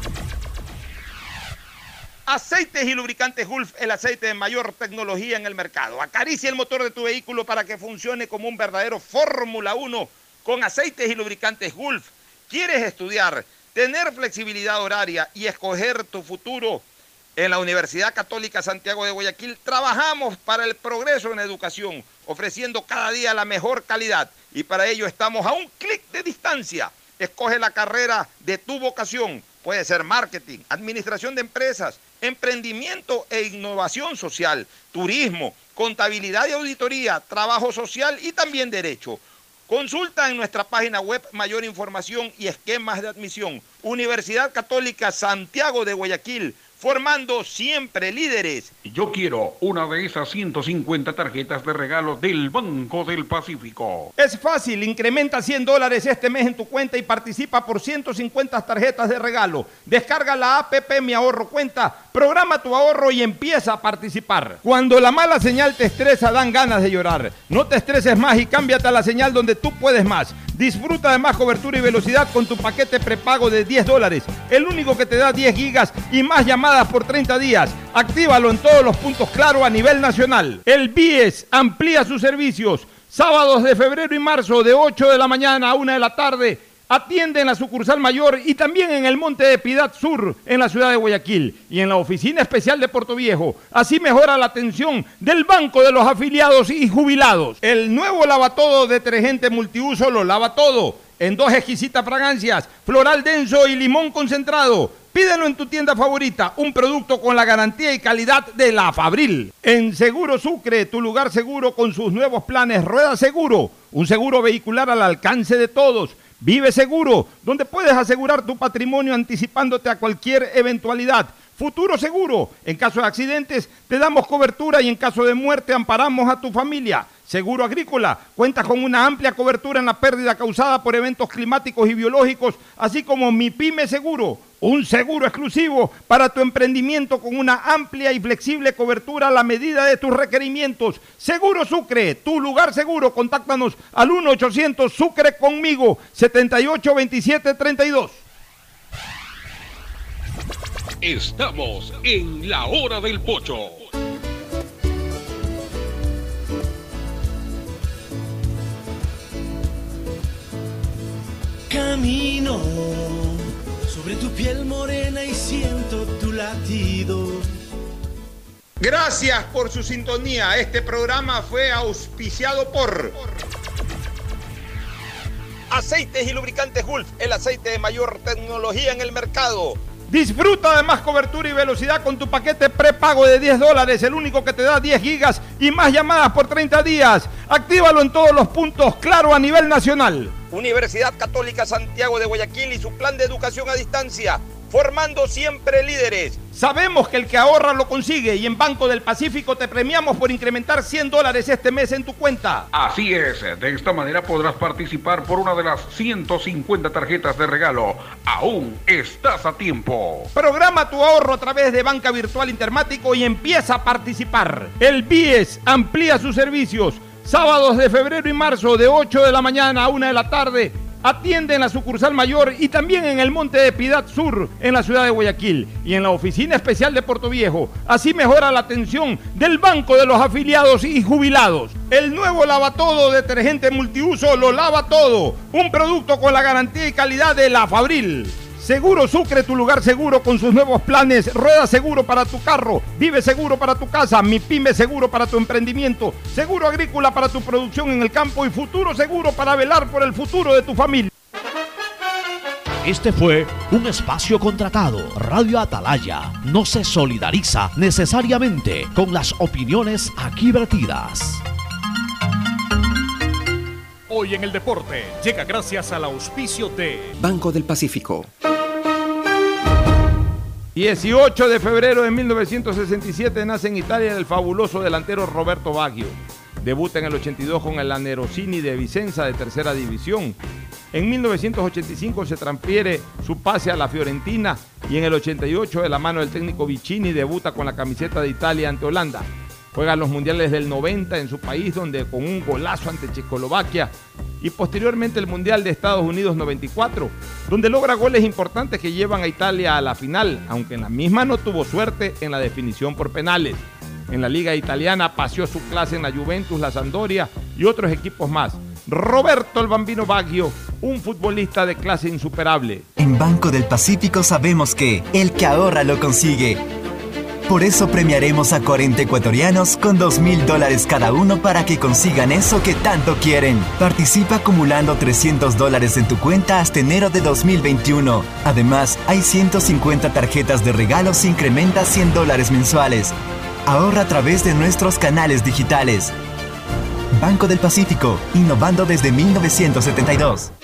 Aceites y lubricantes Gulf, el aceite de mayor tecnología en el mercado. Acaricia el motor de tu vehículo para que funcione como un verdadero Fórmula uno con aceites y lubricantes Gulf. ¿Quieres estudiar, tener flexibilidad horaria y escoger tu futuro? En la Universidad Católica Santiago de Guayaquil trabajamos para el progreso en la educación, ofreciendo cada día la mejor calidad. Y para ello estamos a un clic de distancia. Escoge la carrera de tu vocación. Puede ser marketing, administración de empresas, emprendimiento e innovación social, turismo, contabilidad y auditoría, trabajo social y también derecho. Consulta en nuestra página web mayor información y esquemas de admisión. Universidad Católica Santiago de Guayaquil, formando siempre líderes. Yo quiero una de esas ciento cincuenta tarjetas de regalo del Banco del Pacífico. Es fácil, incrementa cien dólares este mes en tu cuenta y participa por ciento cincuenta tarjetas de regalo. Descarga la app Mi Ahorro Cuenta, programa tu ahorro y empieza a participar. Cuando la mala señal te estresa, dan ganas de llorar. No te estreses más y cámbiate a la señal donde tú puedes más. Disfruta de más cobertura y velocidad con tu paquete prepago de diez dólares, el único que te da diez gigas y más llamadas por treinta días. Actívalo en todos los puntos Claro a nivel nacional. El B I E S amplía sus servicios. Sábados de febrero y marzo de ocho de la mañana a una de la tarde. Atiende en la sucursal mayor y también en el Monte de Piedad Sur, en la ciudad de Guayaquil, y en la oficina especial de Puerto Viejo. Así mejora la atención del Banco de los Afiliados y Jubilados. El nuevo lavatodo detergente multiuso lo lava todo, en dos exquisitas fragancias, floral denso y limón concentrado. Pídelo en tu tienda favorita, un producto con la garantía y calidad de la Fabril. En Seguro Sucre, tu lugar seguro con sus nuevos planes Rueda Seguro, un seguro vehicular al alcance de todos. Vive Seguro, donde puedes asegurar tu patrimonio anticipándote a cualquier eventualidad. Futuro Seguro, en caso de accidentes te damos cobertura y en caso de muerte amparamos a tu familia. Seguro Agrícola, cuenta con una amplia cobertura en la pérdida causada por eventos climáticos y biológicos, así como Mi Pyme Seguro, un seguro exclusivo para tu emprendimiento con una amplia y flexible cobertura a la medida de tus requerimientos. Seguro Sucre, tu lugar seguro. Contáctanos al uno ochocientos Sucre conmigo, setenta y ocho veintisiete treinta y dos. Estamos en la hora del pocho. Camino sobre tu piel morena y siento tu latido. Gracias por su sintonía. Este programa fue auspiciado por Aceites y Lubricantes Gulf, el aceite de mayor tecnología en el mercado. Disfruta de más cobertura y velocidad con tu paquete prepago de diez dólares, el único que te da diez gigas y más llamadas por treinta días. Actívalo en todos los puntos Claro a nivel nacional. Universidad Católica Santiago de Guayaquil y su plan de educación a distancia, formando siempre líderes. Sabemos que el que ahorra lo consigue y en Banco del Pacífico te premiamos por incrementar cien dólares este mes en tu cuenta. Así es, de esta manera podrás participar por una de las ciento cincuenta tarjetas de regalo. Aún estás a tiempo. Programa tu ahorro a través de Banca Virtual Intermático y empieza a participar. El B I E S amplía sus servicios. Sábados de febrero y marzo de ocho de la mañana a una de la tarde. Atiende en la sucursal mayor y también en el Monte de Piedad Sur, en la ciudad de Guayaquil, y en la oficina especial de Puerto Viejo. Así mejora la atención del Banco de los Afiliados y Jubilados. El nuevo lavatodo detergente multiuso lo lava todo, un producto con la garantía y calidad de la Fabril. Seguro Sucre, tu lugar seguro con sus nuevos planes. Rueda Seguro para tu carro, Vive Seguro para tu casa, Mi Pyme Seguro para tu emprendimiento, Seguro Agrícola para tu producción en el campo y Futuro Seguro para velar por el futuro de tu familia. Este fue un espacio contratado. Radio Atalaya no se solidariza necesariamente con las opiniones aquí vertidas. Hoy en el deporte llega gracias al auspicio de Banco del Pacífico. dieciocho de febrero de mil novecientos sesenta y siete nace en Italia el fabuloso delantero Roberto Baggio. Debuta en el ochenta y dos con el Anerosini de Vicenza de tercera división. En mil novecientos ochenta y cinco se transfiere su pase a la Fiorentina y en el ochenta y ocho de la mano del técnico Vicini debuta con la camiseta de Italia ante Holanda. Juega los mundiales del noventa en su país, donde con un golazo ante Checoslovaquia, y posteriormente el Mundial de Estados Unidos noventa y cuatro, donde logra goles importantes que llevan a Italia a la final, aunque en la misma no tuvo suerte en la definición por penales. En la liga italiana paseó su clase en la Juventus, la Sampdoria y otros equipos más. Roberto el Bambino Baggio, un futbolista de clase insuperable. En Banco del Pacífico sabemos que el que ahorra lo consigue. Por eso premiaremos a cuarenta ecuatorianos con dos mil dólares cada uno para que consigan eso que tanto quieren. Participa acumulando trescientos dólares en tu cuenta hasta enero de dos mil veintiuno. Además, hay ciento cincuenta tarjetas de regalos e incrementa cien dólares mensuales. Ahorra a través de nuestros canales digitales. Banco del Pacífico, innovando desde mil novecientos setenta y dos.